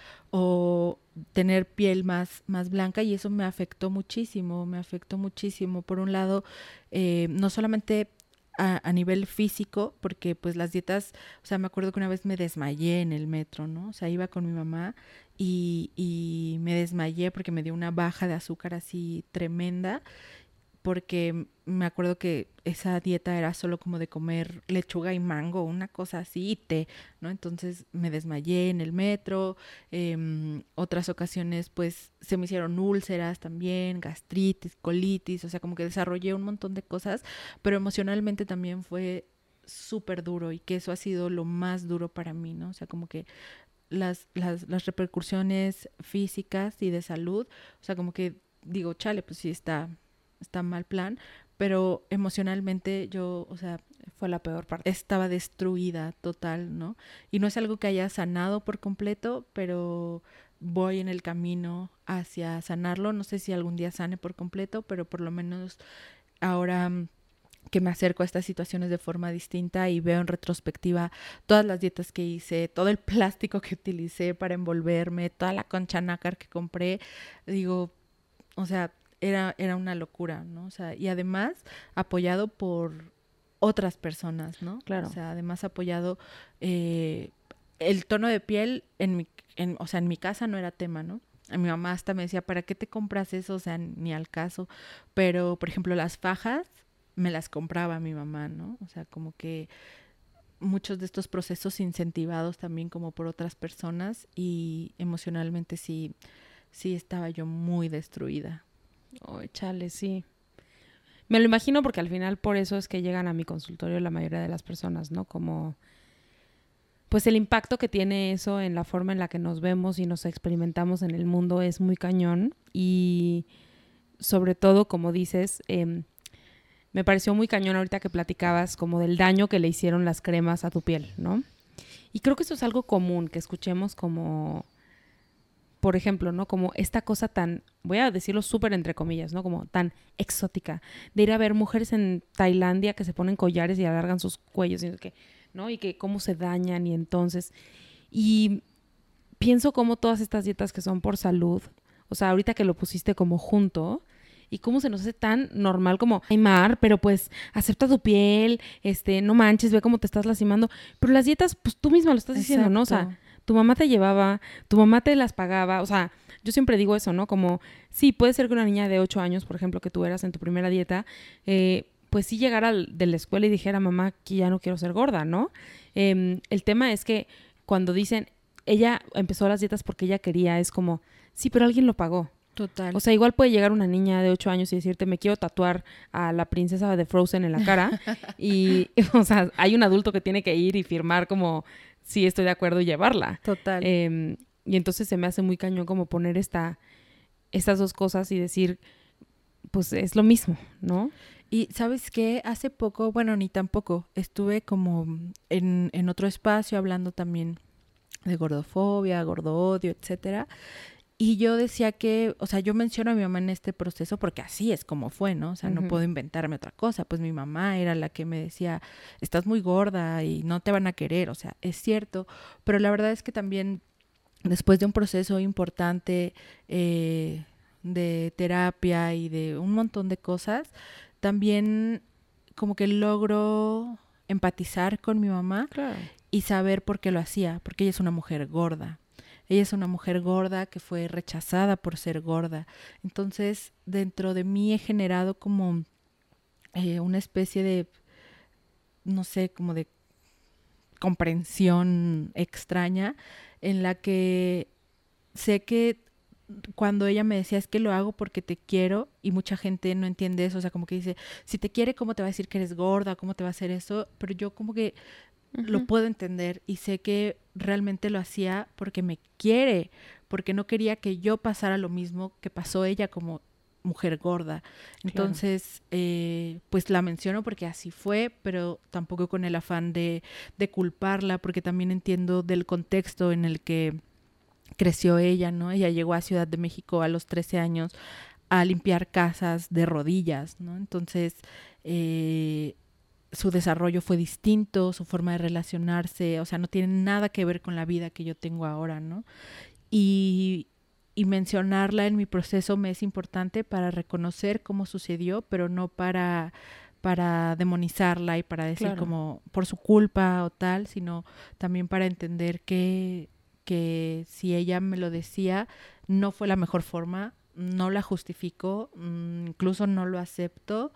o tener piel más, más blanca y eso me afectó muchísimo, me afectó muchísimo. Por un lado, eh, no solamente a, a nivel físico, porque pues las dietas, o sea, me acuerdo que una vez me desmayé en el metro, ¿no? O sea, iba con mi mamá y, y me desmayé porque me dio una baja de azúcar así tremenda porque me acuerdo que esa dieta era solo como de comer lechuga y mango, una cosa así, y té, ¿no? Entonces me desmayé en el metro, eh, otras ocasiones pues se me hicieron úlceras también, gastritis, colitis, o sea, como que desarrollé un montón de cosas, pero emocionalmente también fue súper duro y que eso ha sido lo más duro para mí, ¿no? O sea, como que las, las, las repercusiones físicas y de salud, o sea, como que digo, chale, pues sí está está mal plan, pero emocionalmente yo, o sea, Fue la peor parte. estaba destruida total, ¿no? Y no es algo que haya sanado por completo, pero voy en el camino hacia sanarlo. No sé si algún día sane por completo, pero por lo menos ahora que me acerco a estas situaciones de forma distinta y veo en retrospectiva todas las dietas que hice, todo el plástico que utilicé para envolverme, toda la concha nácar que compré, digo, o sea, era, era una locura, ¿no? O sea, y además apoyado por otras personas, ¿no? Claro. O sea, además apoyado eh, el tono de piel en mi, en, o sea, en mi casa no era tema, ¿no? A mi mamá hasta me decía, ¿para qué te compras eso? O sea, ni al caso. Pero, por ejemplo, las fajas me las compraba mi mamá, ¿no? O sea, como que muchos de estos procesos incentivados también como por otras personas y emocionalmente sí, sí estaba yo muy destruida. Oh, chale, sí. Me lo imagino porque al final por eso es que llegan a mi consultorio la mayoría de las personas, ¿no? Como, pues el impacto que tiene eso en la forma en la que nos vemos y nos experimentamos en el mundo es muy cañón y sobre todo, como dices, eh, me pareció muy cañón ahorita que platicabas como del daño que le hicieron las cremas a tu piel, ¿no? Y creo que eso es algo común, que escuchemos como, por ejemplo, ¿no? Como esta cosa tan, voy a decirlo súper entre comillas, ¿no? Como tan exótica, de ir a ver mujeres en Tailandia que se ponen collares y alargan sus cuellos, y que, ¿no? Y que cómo se dañan y entonces... Y pienso como todas estas dietas que son por salud, o sea, ahorita que lo pusiste como junto... Y cómo se nos hace tan normal como, ay, Mar, pero pues acepta tu piel, este, no manches, ve cómo te estás lastimando. Pero las dietas, pues tú misma lo estás diciendo, ¿no? O sea, tu mamá te llevaba, tu mamá te las pagaba, o sea, yo siempre digo eso, ¿no? Como, sí, puede ser que una niña de ocho años, por ejemplo, que tú eras en tu primera dieta, eh, pues sí llegara de la escuela y dijera, mamá, que ya no quiero ser gorda, ¿no? Eh, el tema es que cuando dicen, ella empezó las dietas porque ella quería, es como, sí, pero alguien lo pagó. Total. O sea, igual puede llegar una niña de ocho años y decirte, me quiero tatuar a la princesa de Frozen en la cara. y, o sea, hay un adulto que tiene que ir y firmar como, sí, estoy de acuerdo y llevarla. Total. Eh, y entonces se me hace muy cañón como poner esta, estas dos cosas y decir, pues es lo mismo, ¿no? Y ¿sabes qué? Hace poco, bueno, ni tampoco, estuve como en, en otro espacio hablando también de gordofobia, gordodio, etcétera. Y yo decía que, o sea, yo menciono a mi mamá en este proceso porque así es como fue, ¿no? O sea, uh-huh. no puedo inventarme otra cosa. Pues mi mamá era la que me decía, estás muy gorda y no te van a querer. O sea, es cierto. Pero la verdad es que también después de un proceso importante eh, de terapia y de un montón de cosas, también como que logro empatizar con mi mamá Claro. y saber por qué lo hacía, porque ella es una mujer gorda. Ella es una mujer gorda que fue rechazada por ser gorda. Entonces, dentro de mí he generado como eh, una especie de, no sé, como de comprensión extraña en la que sé que cuando ella me decía es que lo hago porque te quiero y mucha gente no entiende eso, o sea, como que dice, si te quiere, ¿cómo te va a decir que eres gorda? ¿Cómo te va a hacer eso? Pero yo como que uh-huh. lo puedo entender y sé que realmente lo hacía porque me quiere, porque no quería que yo pasara lo mismo que pasó ella como mujer gorda. Entonces, claro. eh, pues la menciono porque así fue, pero tampoco con el afán de, de culparla, porque también entiendo del contexto en el que creció ella, ¿no? Ella llegó a Ciudad de México a los trece años a limpiar casas de rodillas, ¿no? Entonces, eh, su desarrollo fue distinto, su forma de relacionarse, o sea, no tiene nada que ver con la vida que yo tengo ahora, ¿no? Y, y mencionarla en mi proceso me es importante para reconocer cómo sucedió, pero no para, para demonizarla y para decir claro. como por su culpa o tal, sino también para entender que que si ella me lo decía, no fue la mejor forma, no la justifico, incluso no lo acepto,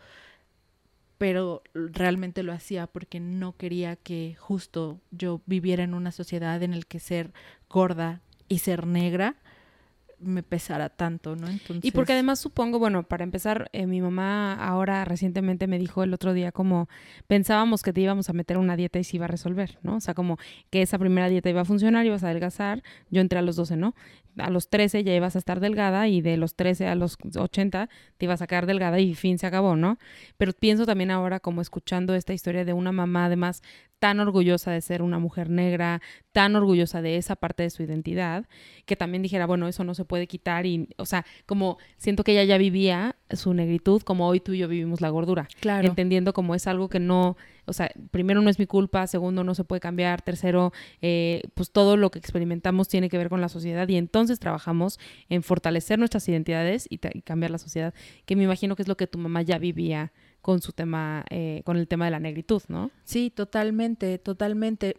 pero realmente lo hacía porque no quería que justo yo viviera en una sociedad en la que ser gorda y ser negra me pesara tanto, ¿no? Entonces... Y porque además supongo, bueno, para empezar, eh, mi mamá ahora recientemente me dijo el otro día como pensábamos que te íbamos a meter una dieta y se iba a resolver, ¿no? O sea, como que esa primera dieta iba a funcionar, ibas a adelgazar, yo entré a los doce, ¿no? A los trece ya ibas a estar delgada y de los trece a los ochenta te ibas a quedar delgada y fin, se acabó, ¿no? Pero pienso también ahora como escuchando esta historia de una mamá además tan orgullosa de ser una mujer negra, tan orgullosa de esa parte de su identidad, que también dijera, bueno, eso no se puede quitar y, o sea, como siento que ella ya vivía su negritud como hoy tú y yo vivimos la gordura. Claro. Entendiendo como es algo que no, o sea, primero no es mi culpa, segundo no se puede cambiar, tercero, eh, pues todo lo que experimentamos tiene que ver con la sociedad y entonces trabajamos en fortalecer nuestras identidades y, y cambiar la sociedad, que me imagino que es lo que tu mamá ya vivía con su tema, eh, con el tema de la negritud, ¿no? Sí, totalmente, totalmente.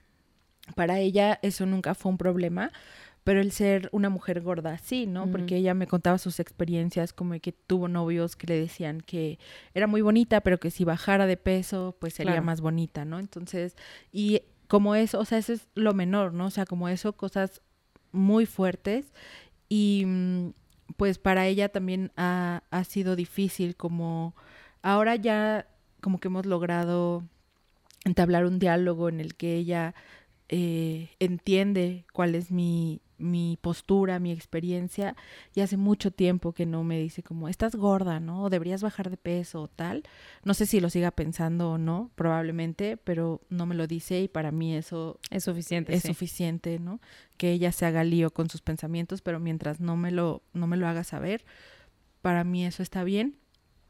Para ella eso nunca fue un problema, pero el ser una mujer gorda sí, ¿no? Uh-huh. Porque ella me contaba sus experiencias como que tuvo novios que le decían que era muy bonita, pero que si bajara de peso, pues sería claro. más bonita, ¿no? Entonces, y como eso, o sea, eso es lo menor, ¿no? O sea, como eso, cosas muy fuertes y pues para ella también ha, ha sido difícil como... Ahora ya como que hemos logrado entablar un diálogo en el que ella eh, entiende cuál es mi, mi postura, mi experiencia, y hace mucho tiempo que no me dice como, estás gorda, ¿no? O deberías bajar de peso o tal. No sé si lo siga pensando o no, probablemente, pero no me lo dice y para mí eso es suficiente. Es sí. suficiente, ¿no? Que ella se haga lío con sus pensamientos, pero mientras no me lo, no me lo haga saber, para mí eso está bien.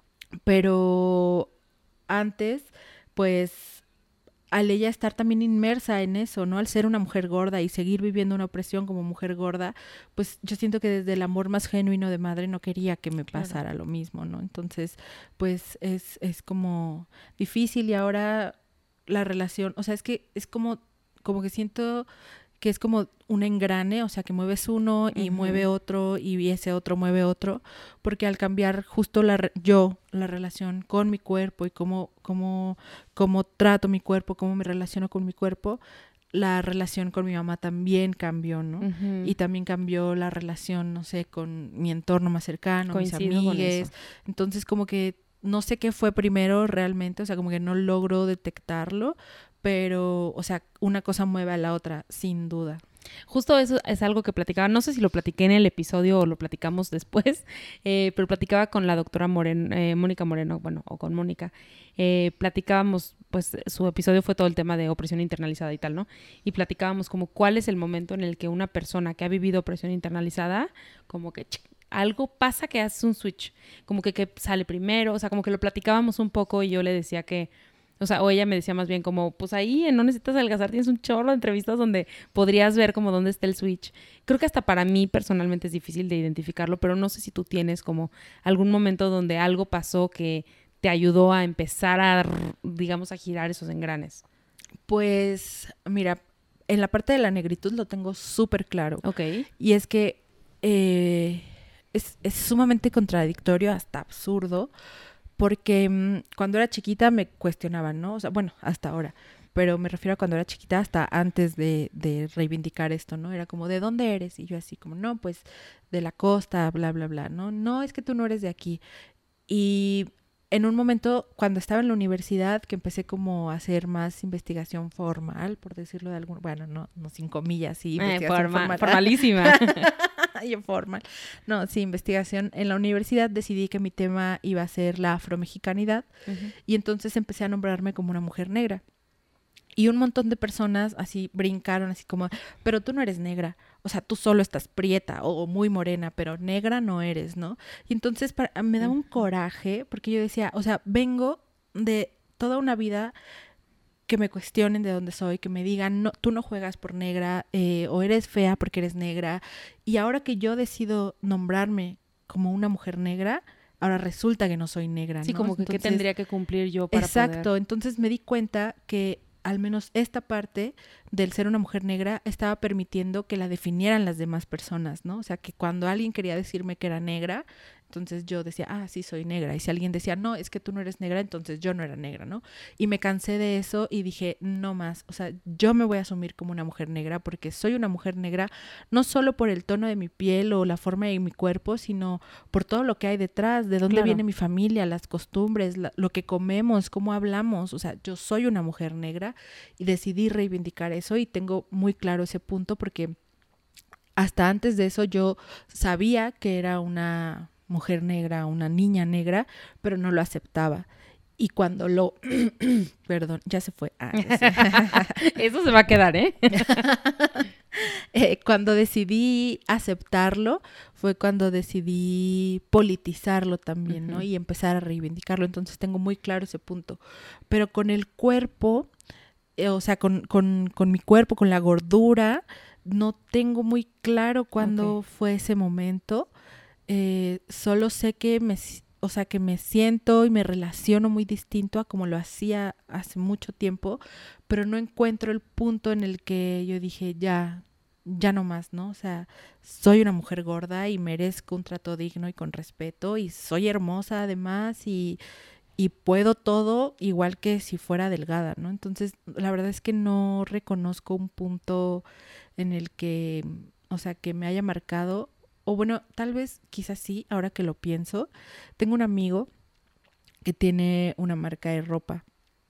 Pero antes, pues, al ella estar también inmersa en eso, ¿no? Al ser una mujer gorda y seguir viviendo una opresión como mujer gorda, pues yo siento que desde el amor más genuino de madre no quería que me pasara claro. lo mismo, ¿no? Entonces, pues, es, es como difícil y ahora la relación, o sea, es que es como, como que siento... que es como un engrane, o sea, que mueves uno y uh-huh. mueve otro y ese otro mueve otro, porque al cambiar justo la re- yo, la relación con mi cuerpo y cómo, cómo, cómo trato mi cuerpo, cómo me relaciono con mi cuerpo, la relación con mi mamá también cambió, ¿no? Uh-huh. Y también cambió la relación, no sé, con mi entorno más cercano, Coincido mis amigues. Entonces, como que no sé qué fue primero realmente, o sea, como que no logro detectarlo, pero, o sea, una cosa mueve a la otra, sin duda. Justo eso es algo que platicaba, no sé si lo platiqué en el episodio o lo platicamos después, eh, pero platicaba con la doctora Moreno, eh, Mónica Moreno, bueno, o con Mónica. Eh, platicábamos, pues su episodio fue todo el tema de opresión internalizada y tal, ¿no? Y platicábamos como cuál es el momento en el que una persona que ha vivido opresión internalizada, como que... Ch- algo pasa que hace un switch, como que, que sale primero, o sea, como que lo platicábamos un poco y yo le decía que, o sea, o ella me decía más bien como, pues ahí en No Necesitas Adelgazar tienes un chorro de entrevistas donde podrías ver como dónde está el switch. Creo que hasta para mí personalmente es difícil de identificarlo, pero no sé si tú tienes como algún momento donde algo pasó que te ayudó a empezar a, digamos, a girar esos engranes? Pues, mira, en la parte de la negritud lo tengo súper claro. Ok. Y es que eh, es, es sumamente contradictorio, hasta absurdo, porque mmm, cuando era chiquita me cuestionaban, ¿no? O sea, bueno, hasta ahora, pero me refiero a cuando era chiquita, hasta antes de, de reivindicar esto, ¿no? Era como, ¿de dónde eres? Y yo así como, no, pues de la costa, bla, bla, bla, ¿no? No, es que tú no eres de aquí. Y en un momento, cuando estaba en la universidad, que empecé como a hacer más investigación formal, por decirlo de algún, bueno, no, no sin comillas, sí, investigación eh, forma, formal. Formalísima. Yo formal. No, sí, investigación. En la universidad decidí que mi tema iba a ser la afromexicanidad uh-huh. y entonces empecé a nombrarme como una mujer negra. Y un montón de personas así brincaron, así como, pero tú no eres negra, o sea, tú solo estás prieta o, o muy morena, pero negra no eres, ¿no? Y entonces para, me daba un coraje, porque yo decía, o sea, vengo de toda una vida que me cuestionen de dónde soy, que me digan, no, tú no juegas por negra, eh, o eres fea porque eres negra, y ahora que yo decido nombrarme como una mujer negra, ahora resulta que no soy negra, sí, ¿no? como que entonces, qué tendría que cumplir yo para exacto, poder... entonces me di cuenta que al menos esta parte del ser una mujer negra estaba permitiendo que la definieran las demás personas, ¿no? O sea, que cuando alguien quería decirme que era negra, entonces yo decía, ah, sí, soy negra. Y si alguien decía, no, es que tú no eres negra, entonces yo no era negra, ¿no? Y me cansé de eso y dije, no más. O sea, yo me voy a asumir como una mujer negra porque soy una mujer negra no solo por el tono de mi piel o la forma de mi cuerpo, sino por todo lo que hay detrás, de dónde claro. viene mi familia, las costumbres, la, lo que comemos, cómo hablamos. O sea, yo soy una mujer negra y decidí reivindicar eso y tengo muy claro ese punto porque hasta antes de eso yo sabía que era una mujer negra, una niña negra, pero no lo aceptaba. Y cuando lo... Perdón, ya se fue. Ah, ya se... Eso se va a quedar, ¿eh? eh, Cuando decidí aceptarlo, fue cuando decidí politizarlo también, ¿no? Uh-huh. Y empezar a reivindicarlo. Entonces tengo muy claro ese punto. Pero con el cuerpo, eh, o sea, con, con, con mi cuerpo, con la gordura, no tengo muy claro cuándo okay. fue ese momento. Eh, solo sé que me, o sea, que me siento y me relaciono muy distinto a como lo hacía hace mucho tiempo, pero no encuentro el punto en el que yo dije, ya, ya no más, ¿no? O sea, soy una mujer gorda y merezco un trato digno y con respeto y soy hermosa además y, y puedo todo igual que si fuera delgada, ¿no? Entonces, la verdad es que no reconozco un punto en el que, o sea, que me haya marcado. O bueno, tal vez, quizás sí, ahora que lo pienso. Tengo un amigo que tiene una marca de ropa.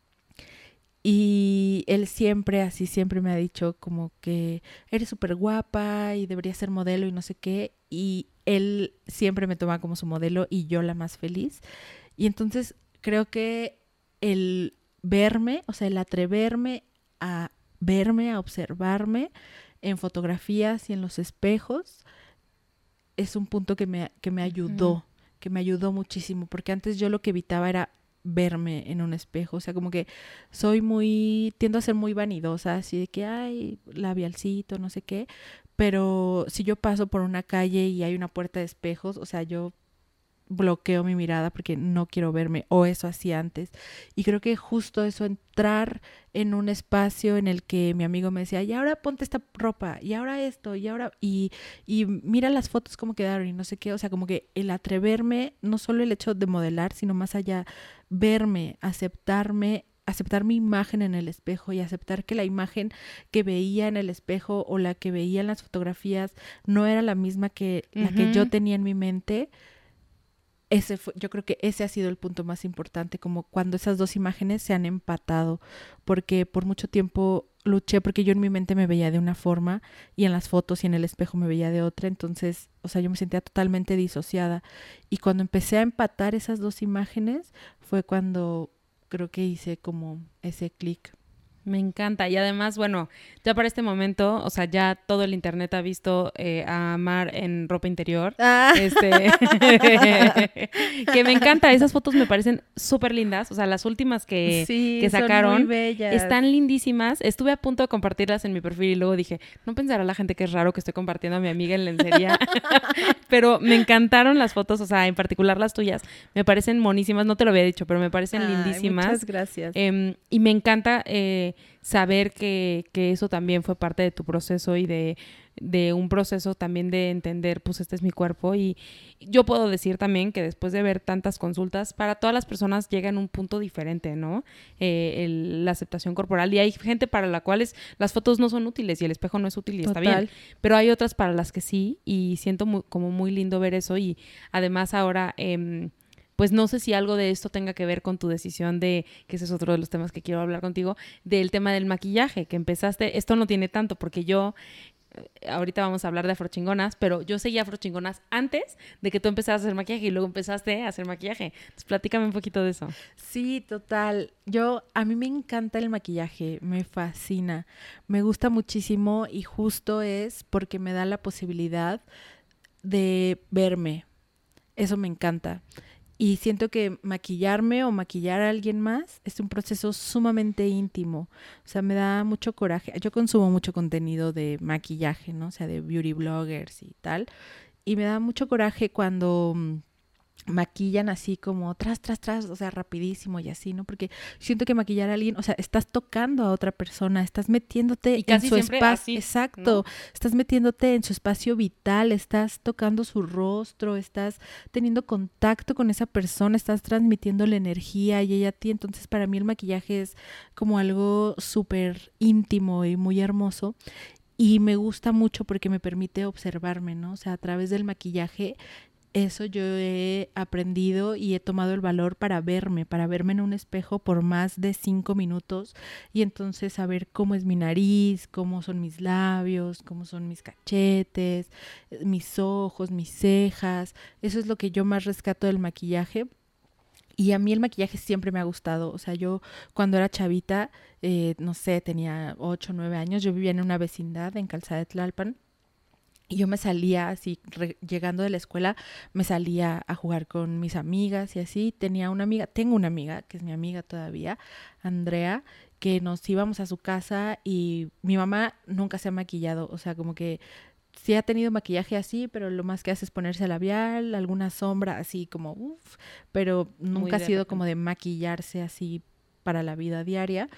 Y él siempre, así siempre me ha dicho como que eres súper guapa y deberías ser modelo y no sé qué. Y él siempre me toma como su modelo y yo la más feliz. Y entonces creo que el verme, o sea, el atreverme a verme, a observarme en fotografías y en los espejos, es un punto que me, que me ayudó, uh-huh. que me ayudó muchísimo, porque antes yo lo que evitaba era verme en un espejo, o sea, como que soy muy, tiendo a ser muy vanidosa, así de que, ay, labialcito, no sé qué, pero si yo paso por una calle y hay una puerta de espejos, o sea, yo bloqueo mi mirada porque no quiero verme, o eso hacía antes. Y creo que justo eso, entrar en un espacio en el que mi amigo me decía, y ahora ponte esta ropa, y ahora esto, y ahora, y, y mira las fotos cómo quedaron, y no sé qué, o sea, como que el atreverme, no solo el hecho de modelar, sino más allá, verme, aceptarme, aceptar mi imagen en el espejo y aceptar que la imagen que veía en el espejo o la que veía en las fotografías no era la misma que uh-huh. la que yo tenía en mi mente. Ese fue, yo creo que ese ha sido el punto más importante, como cuando esas dos imágenes se han empatado, porque por mucho tiempo luché porque yo en mi mente me veía de una forma y en las fotos y en el espejo me veía de otra, entonces, o sea, yo me sentía totalmente disociada y cuando empecé a empatar esas dos imágenes fue cuando creo que hice como ese clic. Me encanta. Y además, bueno, ya para este momento, o sea, ya todo el internet ha visto eh, a Mar en ropa interior. Ah. Este, que me encanta. Esas fotos me parecen súper lindas. O sea, las últimas que, sí, que sacaron son muy bellas. Están lindísimas. Estuve a punto de compartirlas en mi perfil y luego dije, no pensará la gente que es raro que estoy compartiendo a mi amiga en lencería. Pero me encantaron las fotos, o sea, en particular las tuyas. Me parecen monísimas. No te lo había dicho, pero me parecen Ay, lindísimas. Muchas gracias. Eh, y me encanta eh, saber que, que eso también fue parte de tu proceso y de, de un proceso también de entender, pues este es mi cuerpo. Y yo puedo decir también que después de ver tantas consultas, para todas las personas llega en un punto diferente, ¿no? Eh, el, la aceptación corporal. Y hay gente para la cual es, las fotos no son útiles y el espejo no es útil y Total. está bien. Pero hay otras para las que sí, y siento muy, como muy lindo ver eso. Y además ahora... Eh, pues no sé si algo de esto tenga que ver con tu decisión de, que ese es otro de los temas que quiero hablar contigo, del tema del maquillaje, que empezaste, esto no tiene tanto, porque yo, ahorita vamos a hablar de afrochingonas, pero yo seguía afrochingonas antes de que tú empezaras a hacer maquillaje y luego empezaste a hacer maquillaje. Entonces, platícame un poquito de eso. Sí, total. Yo, a mí me encanta el maquillaje, me fascina, me gusta muchísimo y justo es porque me da la posibilidad de verme. Eso me encanta. Y siento que maquillarme o maquillar a alguien más es un proceso sumamente íntimo. O sea, me da mucho coraje. Yo consumo mucho contenido de maquillaje, ¿no? O sea, de beauty bloggers y tal. Y me da mucho coraje cuando maquillan así como tras, tras, tras, o sea, rapidísimo y así, ¿no? Porque siento que maquillar a alguien, o sea, estás tocando a otra persona, estás metiéndote y casi en su espacio, así, exacto, ¿no? Estás metiéndote en su espacio vital, estás tocando su rostro, estás teniendo contacto con esa persona, estás transmitiéndole energía y ella a ti. Entonces, para mí el maquillaje es como algo súper íntimo y muy hermoso. Y me gusta mucho porque me permite observarme, ¿no? O sea, a través del maquillaje, eso yo he aprendido y he tomado el valor para verme, para verme en un espejo por más de cinco minutos y entonces saber cómo es mi nariz, cómo son mis labios, cómo son mis cachetes, mis ojos, mis cejas. Eso es lo que yo más rescato del maquillaje. Y a mí el maquillaje siempre me ha gustado. O sea, yo cuando era chavita, eh, no sé, tenía ocho, nueve años, yo vivía en una vecindad en Calzada de Tlalpan. Y yo me salía así, re, llegando de la escuela, me salía a jugar con mis amigas y así. Tenía una amiga, tengo una amiga, que es mi amiga todavía, Andrea, que nos íbamos a su casa y mi mamá nunca se ha maquillado. O sea, como que sí ha tenido maquillaje así, pero lo más que hace es ponerse labial, alguna sombra así como uff, pero nunca ha sido como de maquillarse así para la vida diaria.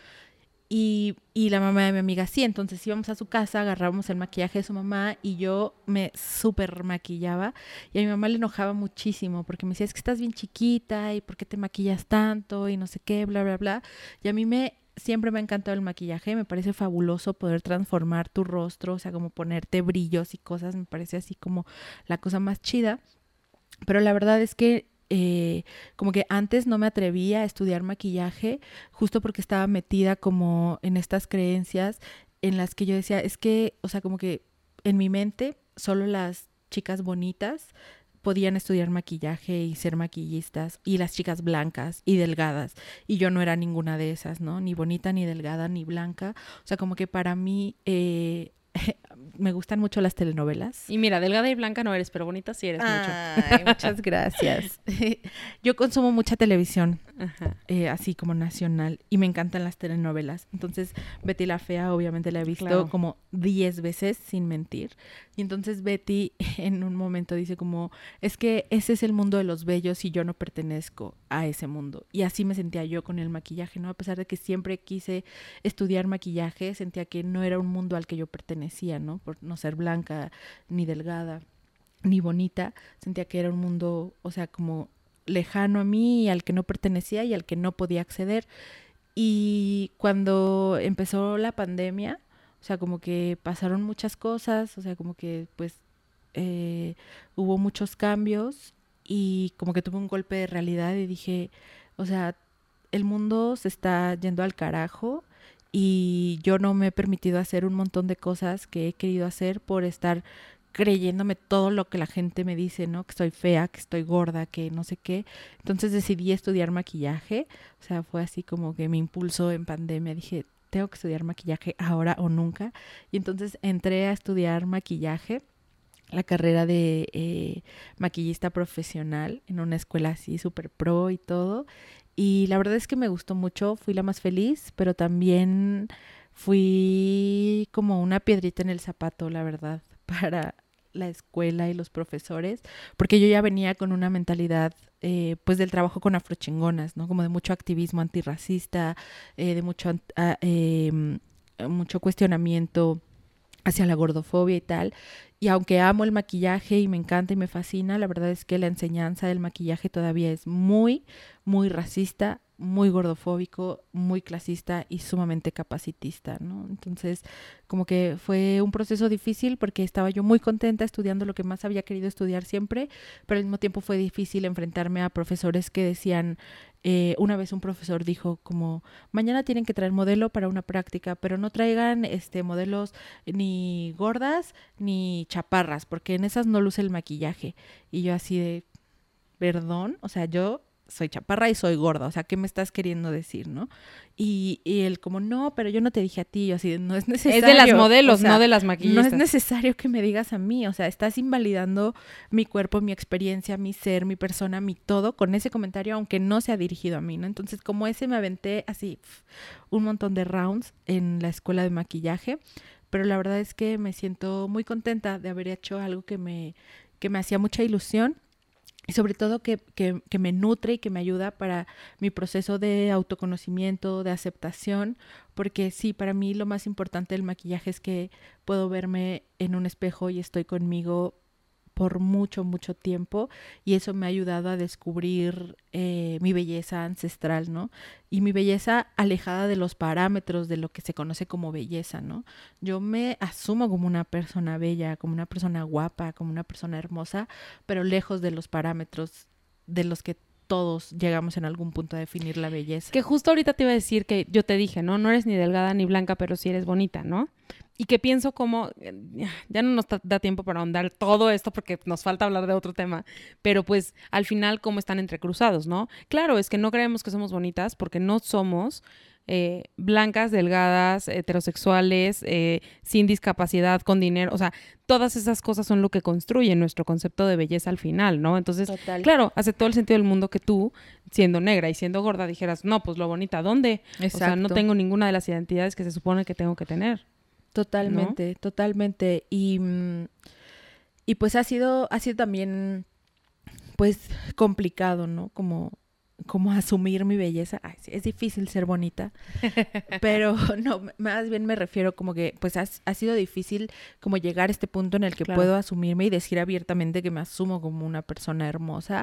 Y, y la mamá de mi amiga sí, entonces íbamos a su casa, agarrábamos el maquillaje de su mamá y yo me súper maquillaba y a mi mamá le enojaba muchísimo porque me decía, es que estás bien chiquita y ¿por qué te maquillas tanto? Y no sé qué, bla, bla, bla. Y a mí me siempre me ha encantado el maquillaje, me parece fabuloso poder transformar tu rostro, o sea, como ponerte brillos y cosas, me parece así como la cosa más chida. Pero la verdad es que Eh, como que antes no me atrevía a estudiar maquillaje justo porque estaba metida como en estas creencias en las que yo decía, es que, o sea, como que en mi mente solo las chicas bonitas podían estudiar maquillaje y ser maquillistas y las chicas blancas y delgadas y yo no era ninguna de esas, ¿no? Ni bonita, ni delgada, ni blanca. O sea, como que para mí... Eh, me gustan mucho las telenovelas. Y mira, delgada y blanca no eres, pero bonita sí eres. Ay, mucho. Muchas gracias. Yo consumo mucha televisión, eh, así como nacional, y me encantan las telenovelas. Entonces, Betty la Fea, obviamente la he visto claro. como diez veces, sin mentir. Y entonces Betty en un momento dice como, es que ese es el mundo de los bellos y yo no pertenezco a ese mundo. Y así me sentía yo con el maquillaje, ¿no? A pesar de que siempre quise estudiar maquillaje, sentía que no era un mundo al que yo pertenecía, ¿no? Por no ser blanca, ni delgada, ni bonita. Sentía que era un mundo, o sea, como lejano a mí, al que no pertenecía y al que no podía acceder. Y cuando empezó la pandemia, o sea, como que pasaron muchas cosas, o sea, como que pues eh, hubo muchos cambios y como que tuve un golpe de realidad y dije, o sea, el mundo se está yendo al carajo y yo no me he permitido hacer un montón de cosas que he querido hacer por estar creyéndome todo lo que la gente me dice, ¿no? Que estoy fea, que estoy gorda, que no sé qué. Entonces decidí estudiar maquillaje, o sea, fue así como que me impulsó en pandemia. Dije, tengo que estudiar maquillaje ahora o nunca. Y entonces entré a estudiar maquillaje, la carrera de eh, maquillista profesional en una escuela así súper pro y todo. Y la verdad es que me gustó mucho, fui la más feliz, pero también fui como una piedrita en el zapato, la verdad, para la escuela y los profesores, porque yo ya venía con una mentalidad eh, pues del trabajo con afrochingonas, ¿no? Como de mucho activismo antirracista, eh, de mucho, uh, eh, mucho cuestionamiento hacia la gordofobia y tal. Y aunque amo el maquillaje y me encanta y me fascina, la verdad es que la enseñanza del maquillaje todavía es muy, muy racista, muy gordofóbico, muy clasista y sumamente capacitista, ¿no? Entonces, como que fue un proceso difícil porque estaba yo muy contenta estudiando lo que más había querido estudiar siempre, pero al mismo tiempo fue difícil enfrentarme a profesores que decían, eh, una vez un profesor dijo como, mañana tienen que traer modelo para una práctica, pero no traigan este modelos ni gordas ni chaparras, porque en esas no luce el maquillaje. Y yo así de, perdón, o sea, yo soy chaparra y soy gorda, o sea, ¿qué me estás queriendo decir, no? Y, y él como, no, pero yo no te dije a ti, yo así, no es necesario. Es de las modelos, o sea, no de las maquillistas. No es necesario que me digas a mí, o sea, estás invalidando mi cuerpo, mi experiencia, mi ser, mi persona, mi todo, con ese comentario, aunque no sea dirigido a mí, ¿no? Entonces, como ese me aventé así pf, un montón de rounds en la escuela de maquillaje, pero la verdad es que me siento muy contenta de haber hecho algo que me, que me hacía mucha ilusión. Y sobre todo que, que, que me nutre y que me ayuda para mi proceso de autoconocimiento, de aceptación, porque sí, para mí lo más importante del maquillaje es que puedo verme en un espejo y estoy conmigo por mucho, mucho tiempo, y eso me ha ayudado a descubrir eh, mi belleza ancestral, ¿no? Y mi belleza alejada de los parámetros de lo que se conoce como belleza, ¿no? Yo me asumo como una persona bella, como una persona guapa, como una persona hermosa, pero lejos de los parámetros de los que todos llegamos en algún punto a definir la belleza. Que justo ahorita te iba a decir que yo te dije, ¿no? No eres ni delgada ni blanca, pero sí eres bonita, ¿no? Y que pienso como, ya no nos da tiempo para ahondar todo esto porque nos falta hablar de otro tema, pero pues al final cómo están entrecruzados, ¿no? Claro, es que no creemos que somos bonitas porque no somos eh, blancas, delgadas, heterosexuales, eh, sin discapacidad, con dinero, o sea, todas esas cosas son lo que construyen nuestro concepto de belleza al final, ¿no? Entonces, Total. Claro, hace todo el sentido del mundo que tú, siendo negra y siendo gorda, dijeras, no, pues lo bonita, ¿dónde? Exacto. O sea, no tengo ninguna de las identidades que se supone que tengo que tener. Totalmente, ¿no? Totalmente. Y, y pues ha sido, ha sido también, pues, complicado, ¿no? Como, como asumir mi belleza. Ay, sí, es difícil ser bonita, pero no, más bien me refiero como que, pues, ha, ha sido difícil como llegar a este punto en el que claro. puedo asumirme y decir abiertamente que me asumo como una persona hermosa,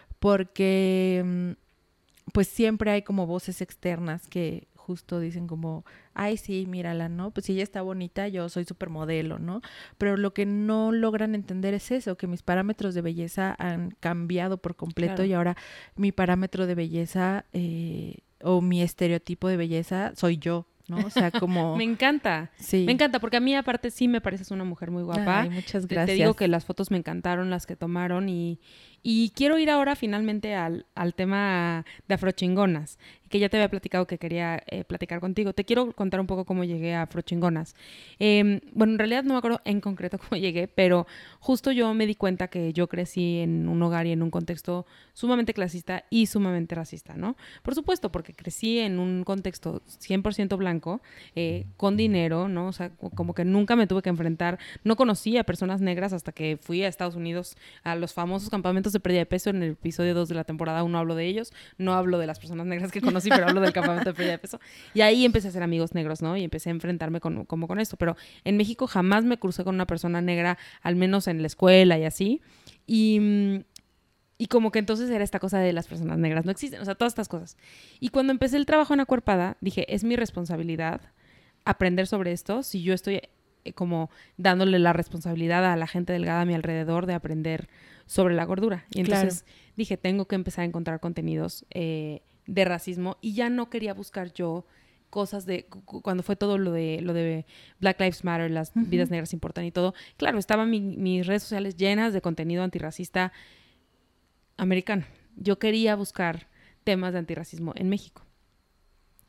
porque, pues, siempre hay como voces externas que justo dicen como, ay, sí, mírala, ¿no? Pues si ella está bonita, yo soy supermodelo, ¿no? Pero lo que no logran entender es eso, que mis parámetros de belleza han cambiado por completo claro. y ahora mi parámetro de belleza eh, o mi estereotipo de belleza soy yo, ¿no? O sea, como... Me encanta, sí. Me encanta, porque a mí aparte sí me pareces una mujer muy guapa. Ay, muchas gracias. Te, te digo que las fotos me encantaron, las que tomaron y... Y quiero ir ahora finalmente al, al tema de Afrochingonas, que ya te había platicado que quería eh, platicar contigo. Te quiero contar un poco cómo llegué a Afrochingonas. Eh, bueno, en realidad no me acuerdo en concreto cómo llegué, pero justo yo me di cuenta que yo crecí en un hogar y en un contexto sumamente clasista y sumamente racista, ¿no? Por supuesto, porque crecí en un contexto cien por ciento blanco, eh, con dinero, ¿no? O sea, como que nunca me tuve que enfrentar, no conocí a personas negras hasta que fui a Estados Unidos a los famosos campamentos de pérdida de peso. En el episodio dos de la temporada uno hablo de ellos, no hablo de las personas negras que conocí, pero hablo del campamento de pérdida de peso, y ahí empecé a hacer amigos negros, ¿no? Y empecé a enfrentarme con, como con esto, pero en México jamás me crucé con una persona negra, al menos en la escuela y así, y... Y como que entonces era esta cosa de las personas negras no existen, o sea, todas estas cosas. Y cuando empecé el trabajo en Acuerpada, dije, es mi responsabilidad aprender sobre esto, si yo estoy eh, como dándole la responsabilidad a la gente delgada a mi alrededor de aprender sobre la gordura. Y entonces claro. dije, tengo que empezar a encontrar contenidos eh, de racismo, y ya no quería buscar yo cosas de cuando fue todo lo de lo de Black Lives Matter, las uh-huh. vidas negras importan y todo. Claro, estaban mi, mis redes sociales llenas de contenido antirracista americano. Yo quería buscar temas de antirracismo en México.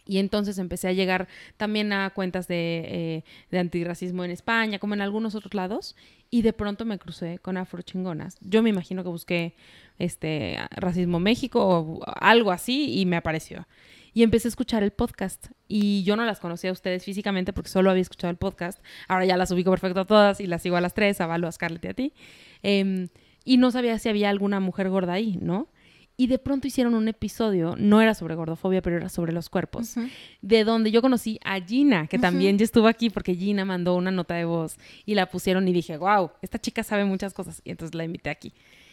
Y entonces empecé a llegar también a cuentas de, eh, de antirracismo en España, como en algunos otros lados. Y de pronto me crucé con Afrochingonas. Yo me imagino que busqué este, Racismo México o algo así y me apareció. Y empecé a escuchar el podcast. Y yo no las conocía a ustedes físicamente porque solo había escuchado el podcast. Ahora ya las ubico perfecto a todas y las sigo a las tres, a Valo, a Scarlett y a ti. Eh, y no sabía si había alguna mujer gorda ahí, ¿no? Y de pronto hicieron un episodio, no era sobre gordofobia, pero era sobre los cuerpos, uh-huh. de donde yo conocí a Gina, que uh-huh. también ya estuvo aquí porque Gina mandó una nota de voz y la pusieron y dije, wow, esta chica sabe muchas cosas. Y entonces la invité aquí.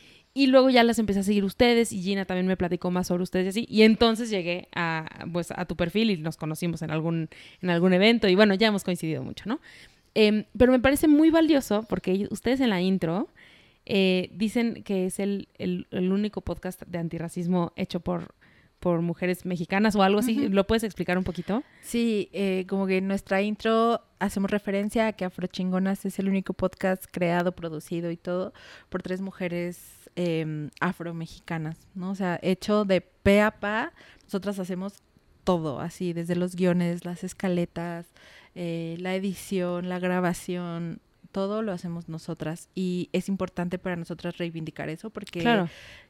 Y luego ya las empecé a seguir ustedes y Gina también me platicó más sobre ustedes y así. Y entonces llegué a, pues, a tu perfil y nos conocimos en algún, en algún evento. Y bueno, ya hemos coincidido mucho, ¿no? Eh, pero me parece muy valioso porque ustedes en la intro... Eh, dicen que es el, el, el único podcast de antirracismo hecho por, por mujeres mexicanas o algo así. Uh-huh. ¿Lo puedes explicar un poquito? Sí, eh, como que en nuestra intro hacemos referencia a que Afrochingonas es el único podcast creado, producido y todo por tres mujeres eh, afromexicanas, ¿no? O sea, hecho de pe a pa, nosotras hacemos todo, así, desde los guiones, las escaletas, eh, la edición, la grabación... todo lo hacemos nosotras y es importante para nosotras reivindicar eso porque claro.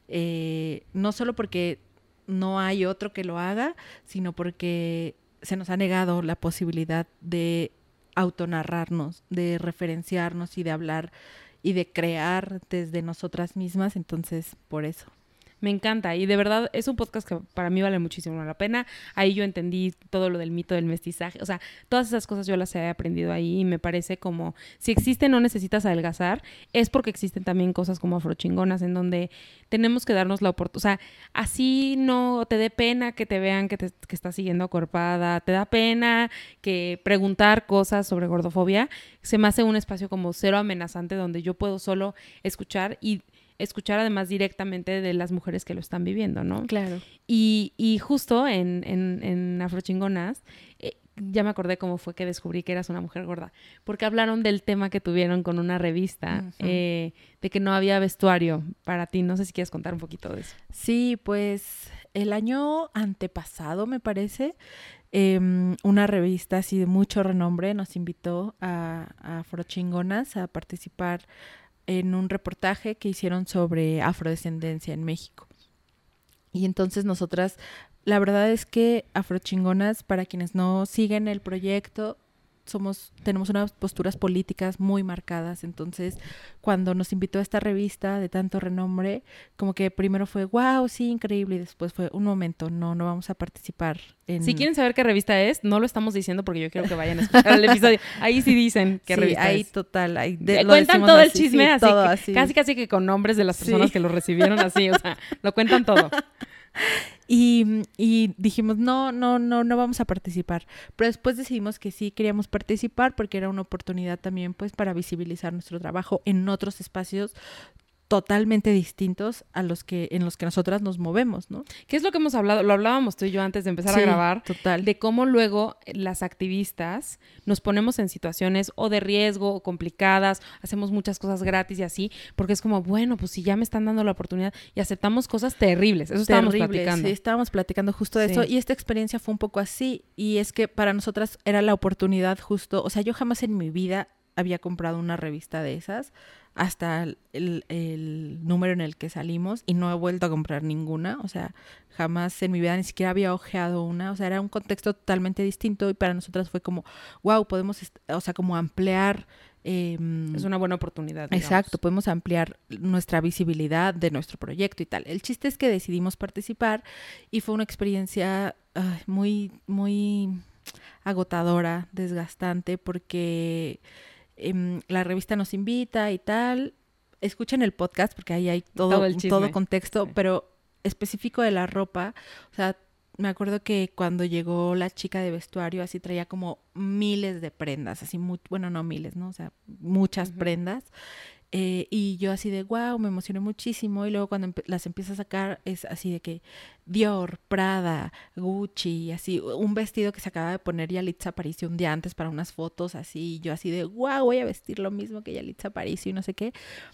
eh, no solo porque no hay otro que lo haga, sino porque se nos ha negado la posibilidad de autonarrarnos, de referenciarnos y de hablar y de crear desde nosotras mismas, entonces por eso. Me encanta y de verdad es un podcast que para mí vale muchísimo la pena. Ahí yo entendí todo lo del mito del mestizaje. O sea, todas esas cosas yo las he aprendido ahí y me parece como si existe no necesitas adelgazar, es porque existen también cosas como Afrochingonas en donde tenemos que darnos la oportunidad. O sea, así no te dé pena que te vean que, te, que estás siguiendo acorpada, te da pena que preguntar cosas sobre gordofobia. Se me hace un espacio como cero amenazante donde yo puedo solo escuchar y escuchar además directamente de las mujeres que lo están viviendo, ¿no? Claro. Y, y justo en, en, en Afrochingonas, eh, ya me acordé cómo fue que descubrí que eras una mujer gorda, porque hablaron del tema que tuvieron con una revista, uh-huh. eh, de que no había vestuario para ti. No sé si quieres contar un poquito de eso. Sí, pues el año antepasado, me parece, eh, una revista así de mucho renombre nos invitó a, a Afrochingonas a participar en un reportaje que hicieron sobre afrodescendencia en México. Y entonces nosotras, la verdad es que Afrochingonas, para quienes no siguen el proyecto, somos, tenemos unas posturas políticas muy marcadas. Entonces, cuando nos invitó a esta revista de tanto renombre, como que primero fue, wow, sí, increíble, y después fue, un momento, no, no vamos a participar en... Si quieren saber qué revista es, no lo estamos diciendo porque yo quiero que vayan a escuchar el episodio. Ahí sí dicen qué sí, revista ahí es. Total, ahí total. Eh, cuentan todo así, el chisme, sí, así, todo que, así. Casi, casi que con nombres de las personas sí. que lo recibieron así, o sea, lo cuentan todo. Y, y dijimos, no, no, no, no vamos a participar. Pero después decidimos que sí queríamos participar porque era una oportunidad también, pues, para visibilizar nuestro trabajo en otros espacios totalmente distintos a los que en los que nosotras nos movemos, ¿no? ¿Qué es lo que hemos hablado? Lo hablábamos tú y yo antes de empezar sí, a grabar. Total. De cómo luego las activistas nos ponemos en situaciones o de riesgo o complicadas, hacemos muchas cosas gratis y así, porque es como, bueno, pues si ya me están dando la oportunidad y aceptamos cosas terribles. Eso estábamos terribles, platicando. Sí, estábamos platicando justo de sí. eso. Y esta experiencia fue un poco así. Y es que para nosotras era la oportunidad justo, o sea, yo jamás en mi vida había comprado una revista de esas hasta el, el, el número en el que salimos y no he vuelto a comprar ninguna, o sea, jamás en mi vida ni siquiera había ojeado una, o sea, era un contexto totalmente distinto y para nosotras fue como, wow, podemos, o sea, como ampliar. Eh, es una buena oportunidad. Digamos. Exacto, podemos ampliar nuestra visibilidad de nuestro proyecto y tal. El chiste es que decidimos participar y fue una experiencia uh, muy, muy agotadora, desgastante, porque eh, la revista nos invita y tal. Escuchen el podcast porque ahí hay todo, todo, el todo contexto, sí. Pero específico de la ropa. O sea, me acuerdo que cuando llegó la chica de vestuario, así traía como miles de prendas, así, muy, bueno, no miles, ¿no? O sea, muchas uh-huh. prendas. Eh, y yo así de, wow, me emocioné muchísimo. Y luego cuando empe- las empieza a sacar es así de que Dior, Prada, Gucci, así, un vestido que se acaba de poner Yalitza Aparicio un día antes para unas fotos, así. Y yo así de, wow, voy a vestir lo mismo que Yalitza Aparicio y no sé qué.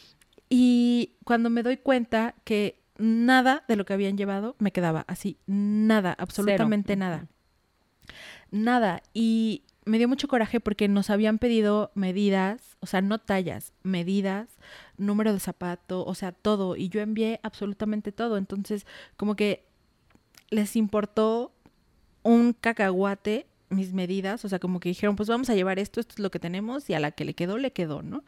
Y cuando me doy cuenta que nada de lo que habían llevado me quedaba así, nada, absolutamente Cero. Nada. Nada. Y me dio mucho coraje porque nos habían pedido medidas, o sea, no tallas, medidas, número de zapato, o sea, todo. Y yo envié absolutamente todo. Entonces, como que les importó un cacahuate mis medidas, o sea, como que dijeron, pues vamos a llevar esto, esto es lo que tenemos, y a la que le quedó, le quedó, ¿no?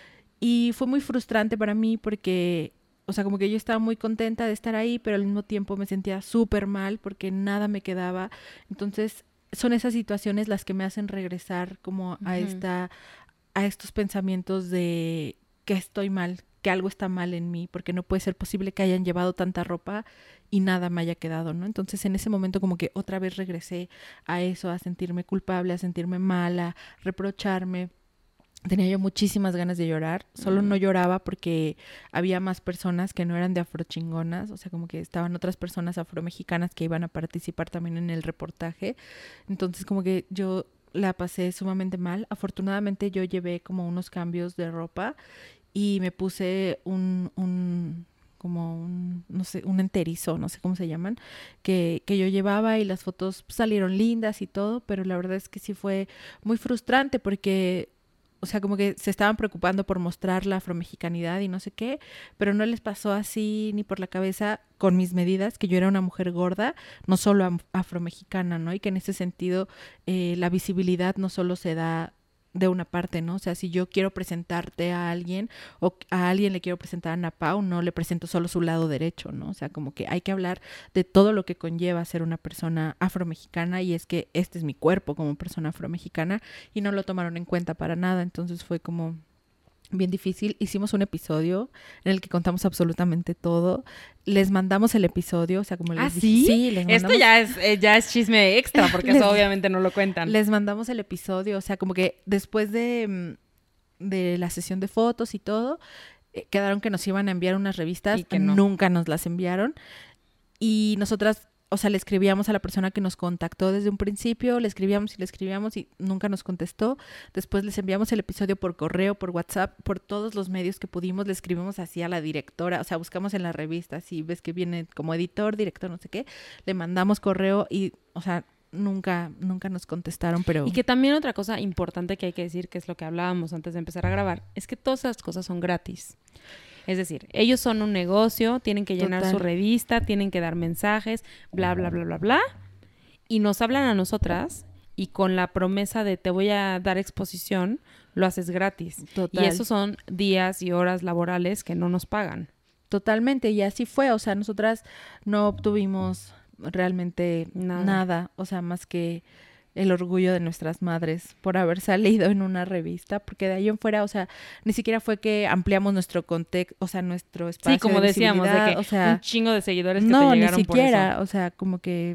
Y fue muy frustrante para mí porque, o sea, como que yo estaba muy contenta de estar ahí, pero al mismo tiempo me sentía súper mal porque nada me quedaba. Entonces, son esas situaciones las que me hacen regresar como a Ujú. esta, a estos pensamientos de que estoy mal, que algo está mal en mí, porque no puede ser posible que hayan llevado tanta ropa y nada me haya quedado, ¿no? Entonces en ese momento como que otra vez regresé a eso, a sentirme culpable, a sentirme mala, reprocharme. Tenía yo muchísimas ganas de llorar, solo no lloraba porque había más personas que no eran de afrochingonas, o sea, como que estaban otras personas afromexicanas que iban a participar también en el reportaje. Entonces como que yo la pasé sumamente mal. Afortunadamente yo llevé como unos cambios de ropa y me puse un, un como un, no sé, un enterizo, no sé cómo se llaman, que, que yo llevaba, y las fotos salieron lindas y todo, pero la verdad es que sí fue muy frustrante porque, o sea, como que se estaban preocupando por mostrar la afromexicanidad y no sé qué, pero no les pasó así ni por la cabeza con mis medidas, que yo era una mujer gorda, no solo am- afromexicana, ¿no? Y que en ese sentido eh, la visibilidad no solo se da de una parte, ¿no? O sea, si yo quiero presentarte a alguien o a alguien le quiero presentar a Ana Pau, no le presento solo su lado derecho, ¿no? O sea, como que hay que hablar de todo lo que conlleva ser una persona afromexicana, y es que este es mi cuerpo como persona afromexicana, y no lo tomaron en cuenta para nada. Entonces fue como bien difícil. Hicimos un episodio en el que contamos absolutamente todo. Les mandamos el episodio, o sea, como ¿Ah, les dije, sí? sí, les Esto mandamos, ya es, eh, ya es chisme extra, porque Les- eso obviamente no lo cuentan. les mandamos el episodio, o sea, como que después de, mm, de la sesión de fotos y todo, eh, quedaron que nos iban a enviar unas revistas, Y que no. nunca nos las enviaron. Y nosotras, o sea, le escribíamos a la persona que nos contactó desde un principio, le escribíamos y le escribíamos y nunca nos contestó. Después les enviamos el episodio por correo, por WhatsApp, por todos los medios que pudimos. Le escribimos así a la directora, o sea, buscamos en la revista, si ves que viene como editor, director, no sé qué, le mandamos correo y, o sea, nunca, nunca nos contestaron, pero... Y que también otra cosa importante que hay que decir, que es lo que hablábamos antes de empezar a grabar, es que todas esas cosas son gratis. Es decir, ellos son un negocio, tienen que llenar Total. su revista, tienen que dar mensajes, bla, bla, bla, bla, bla. Y nos hablan a nosotras y con la promesa de te voy a dar exposición, lo haces gratis. Total. Y esos son días y horas laborales que no nos pagan. Totalmente, y así fue, o sea, nosotras no obtuvimos realmente Nada. nada, o sea, más que el orgullo de nuestras madres por haber salido en una revista, porque de ahí en fuera, o sea, ni siquiera fue que ampliamos nuestro contexto, o sea, nuestro espacio Sí, como de decíamos, de visibilidad, que o sea, un chingo de seguidores que no, te ni llegaron por siquiera, eso. o sea, como que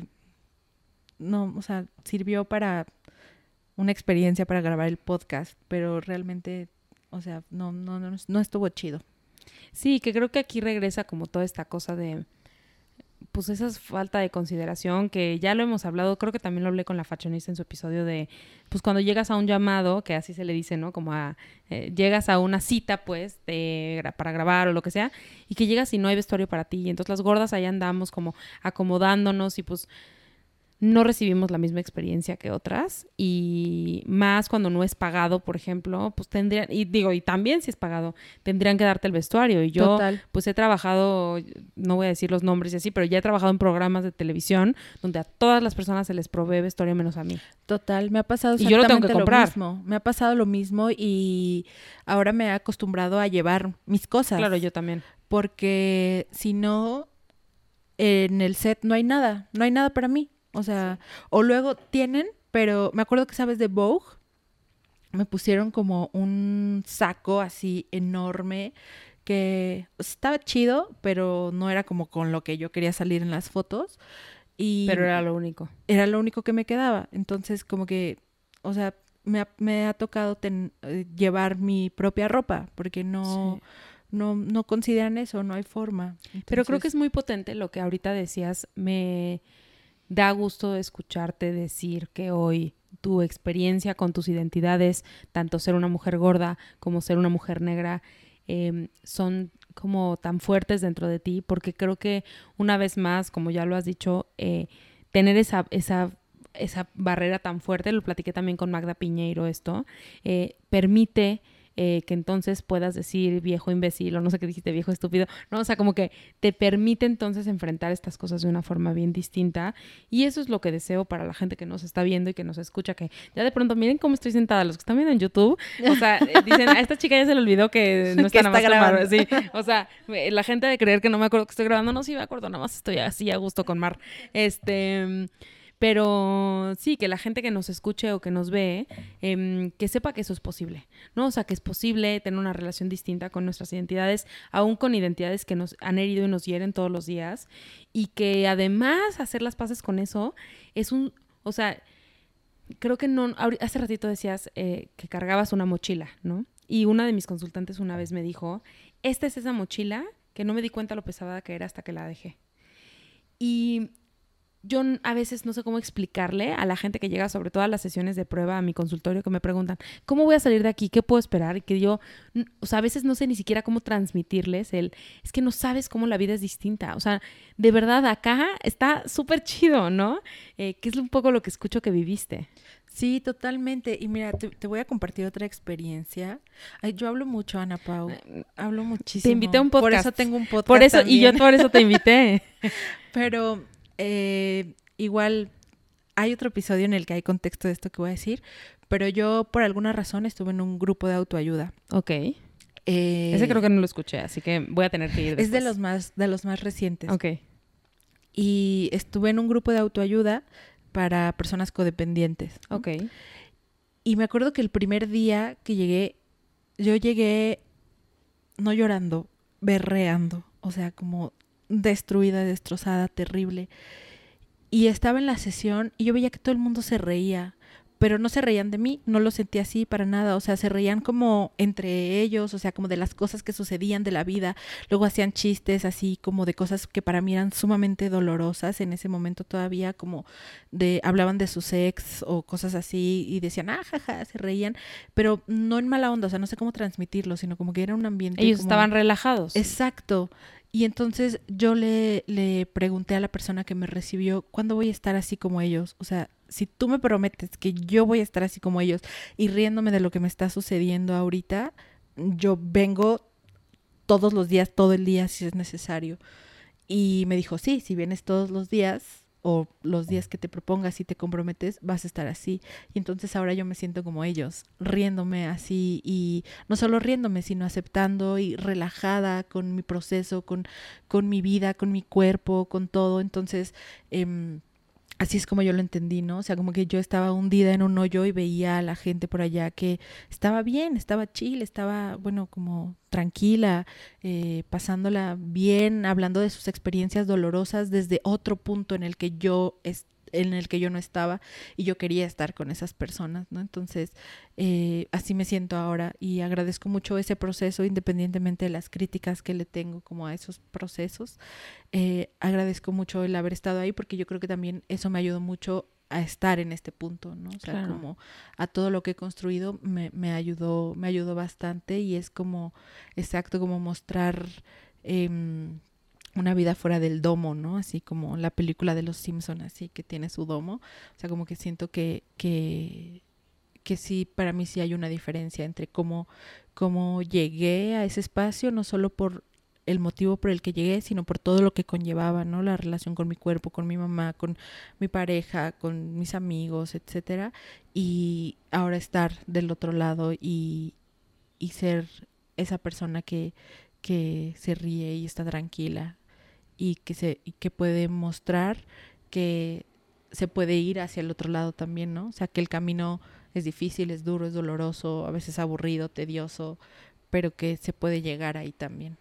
no, o sea, sirvió para una experiencia para grabar el podcast, pero realmente, o sea, no, no, no, no estuvo chido. Sí, que creo que aquí regresa como toda esta cosa de, pues esa falta de consideración que ya lo hemos hablado, creo que también lo hablé con la fashionista en su episodio de, pues cuando llegas a un llamado, que así se le dice, ¿no? Como a, eh, llegas a una cita, pues, de, para grabar o lo que sea, y que llegas y no hay vestuario para ti, y entonces las gordas ahí andamos como acomodándonos y pues no recibimos la misma experiencia que otras, y más cuando no es pagado, por ejemplo, pues tendrían, y digo, y también si es pagado, tendrían que darte el vestuario. Y yo, Total. pues he trabajado, no voy a decir los nombres y así, pero ya he trabajado en programas de televisión donde a todas las personas se les provee vestuario menos a mí. Total, me ha pasado Y yo lo tengo exactamente que lo, comprar. mismo. Me ha pasado lo mismo y ahora me he acostumbrado a llevar mis cosas. Claro, yo también. Porque si no, en el set no hay nada, no hay nada para mí. O sea, sí. O luego tienen, pero me acuerdo que, ¿sabes? De Vogue, me pusieron como un saco así enorme que estaba chido, pero no era como con lo que yo quería salir en las fotos. Y pero era lo único. Era lo único que me quedaba. Entonces, como que, o sea, me ha, me ha tocado ten, eh, llevar mi propia ropa, porque no, sí. no, no consideran eso, no hay forma. Entonces... Pero creo que es muy potente lo que ahorita decías. Me da gusto escucharte decir que hoy tu experiencia con tus identidades, tanto ser una mujer gorda como ser una mujer negra, eh, son como tan fuertes dentro de ti, porque creo que una vez más, como ya lo has dicho, eh, tener esa, esa esa barrera tan fuerte, lo platiqué también con Magda Piñeiro esto, eh, permite eh, que entonces puedas decir viejo imbécil o no sé qué dijiste, viejo estúpido, ¿no? O sea, como que te permite entonces enfrentar estas cosas de una forma bien distinta y eso es lo que deseo para la gente que nos está viendo y que nos escucha, que ya de pronto miren cómo estoy sentada, los que están viendo en YouTube, o sea, dicen, a esta chica ya se le olvidó que no está, que nada está más grabando. con Mar, sí, o sea, la gente de creer que no me acuerdo que estoy grabando, no, sí me acuerdo, nada más estoy así a gusto con Mar, este... Pero sí, que la gente que nos escuche o que nos ve, eh, que sepa que eso es posible, ¿no? O sea, que es posible tener una relación distinta con nuestras identidades, aún con identidades que nos han herido y nos hieren todos los días, y que además hacer las paces con eso es un, o sea, creo que no, hace ratito decías eh, que cargabas una mochila, ¿no? Y una de mis consultantes una vez me dijo, esta es esa mochila que no me di cuenta lo pesada que era hasta que la dejé. Y yo a veces no sé cómo explicarle a la gente que llega, sobre todo a las sesiones de prueba a mi consultorio, que me preguntan, ¿cómo voy a salir de aquí? ¿Qué puedo esperar? Y que yo, o sea, a veces no sé ni siquiera cómo transmitirles el, es que no sabes cómo la vida es distinta. O sea, de verdad, acá está súper chido, ¿no? Eh, que es un poco lo que escucho que viviste. Sí, totalmente. Y mira, te, te voy a compartir otra experiencia. Ay, yo hablo mucho, Ana Pau. Hablo muchísimo. Te invité a un podcast. Por eso tengo un podcast Por eso, también. y yo por eso te invité. Pero eh, igual hay otro episodio en el que hay contexto de esto que voy a decir, pero yo por alguna razón estuve en un grupo de autoayuda. Ok. Eh, Ese creo que no lo escuché, así que voy a tener que ir después. Es de los más, de los más recientes. Ok. Y estuve en un grupo de autoayuda para personas codependientes, ¿no? Ok. Y me acuerdo que el primer día que llegué, yo llegué no llorando, berreando, o sea, como destruida, destrozada, terrible. Y estaba en la sesión y yo veía que todo el mundo se reía, pero no se reían de mí, no lo sentí así para nada, o sea, se reían como entre ellos, o sea, como de las cosas que sucedían de la vida, luego hacían chistes así como de cosas que para mí eran sumamente dolorosas en ese momento todavía, como de, hablaban de su ex o cosas así y decían, ah, jaja, se reían, pero no en mala onda, o sea, no sé cómo transmitirlo, sino como que era un ambiente Ellos como... estaban relajados. Exacto. Y entonces yo le, le pregunté a la persona que me recibió, ¿cuándo voy a estar así como ellos? O sea, si tú me prometes que yo voy a estar así como ellos y riéndome de lo que me está sucediendo ahorita, yo vengo todos los días, todo el día si es necesario. Y me dijo, sí, si vienes todos los días o los días que te propongas y te comprometes, vas a estar así. Y entonces ahora yo me siento como ellos, riéndome así y no solo riéndome, sino aceptando y relajada con mi proceso, con, con mi vida, con mi cuerpo, con todo. Entonces, eh, así es como yo lo entendí, ¿no? O sea, como que yo estaba hundida en un hoyo y veía a la gente por allá que estaba bien, estaba chill, estaba, bueno, como tranquila, eh, pasándola bien, hablando de sus experiencias dolorosas desde otro punto en el que yo estaba, en el que yo no estaba y yo quería estar con esas personas, ¿no? Entonces, eh, así me siento ahora y agradezco mucho ese proceso, independientemente de las críticas que le tengo como a esos procesos. Eh, agradezco mucho el haber estado ahí porque yo creo que también eso me ayudó mucho a estar en este punto, ¿no? O sea, claro, como a todo lo que he construido me, me ayudó, me ayudó bastante y es como, exacto, como mostrar... Eh, una vida fuera del domo, ¿no? Así como la película de los Simpson, así que tiene su domo. O sea, como que siento que, que, que sí, para mí sí hay una diferencia entre cómo, cómo llegué a ese espacio, no solo por el motivo por el que llegué, sino por todo lo que conllevaba, ¿no? La relación con mi cuerpo, con mi mamá, con mi pareja, con mis amigos, etcétera. Y ahora estar del otro lado y, y ser esa persona que, que se ríe y está tranquila. Y que se y que puede mostrar que se puede ir hacia el otro lado también, ¿no? O sea, que el camino es difícil, es duro, es doloroso, a veces aburrido, tedioso, pero que se puede llegar ahí también.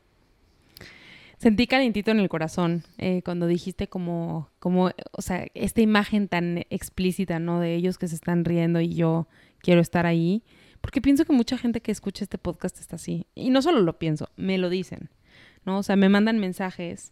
Sentí calientito en el corazón eh, cuando dijiste como, como, o sea, esta imagen tan explícita, ¿no? De ellos que se están riendo y yo quiero estar ahí. Porque pienso que mucha gente que escucha este podcast está así. Y no solo lo pienso, me lo dicen, ¿no? O sea, me mandan mensajes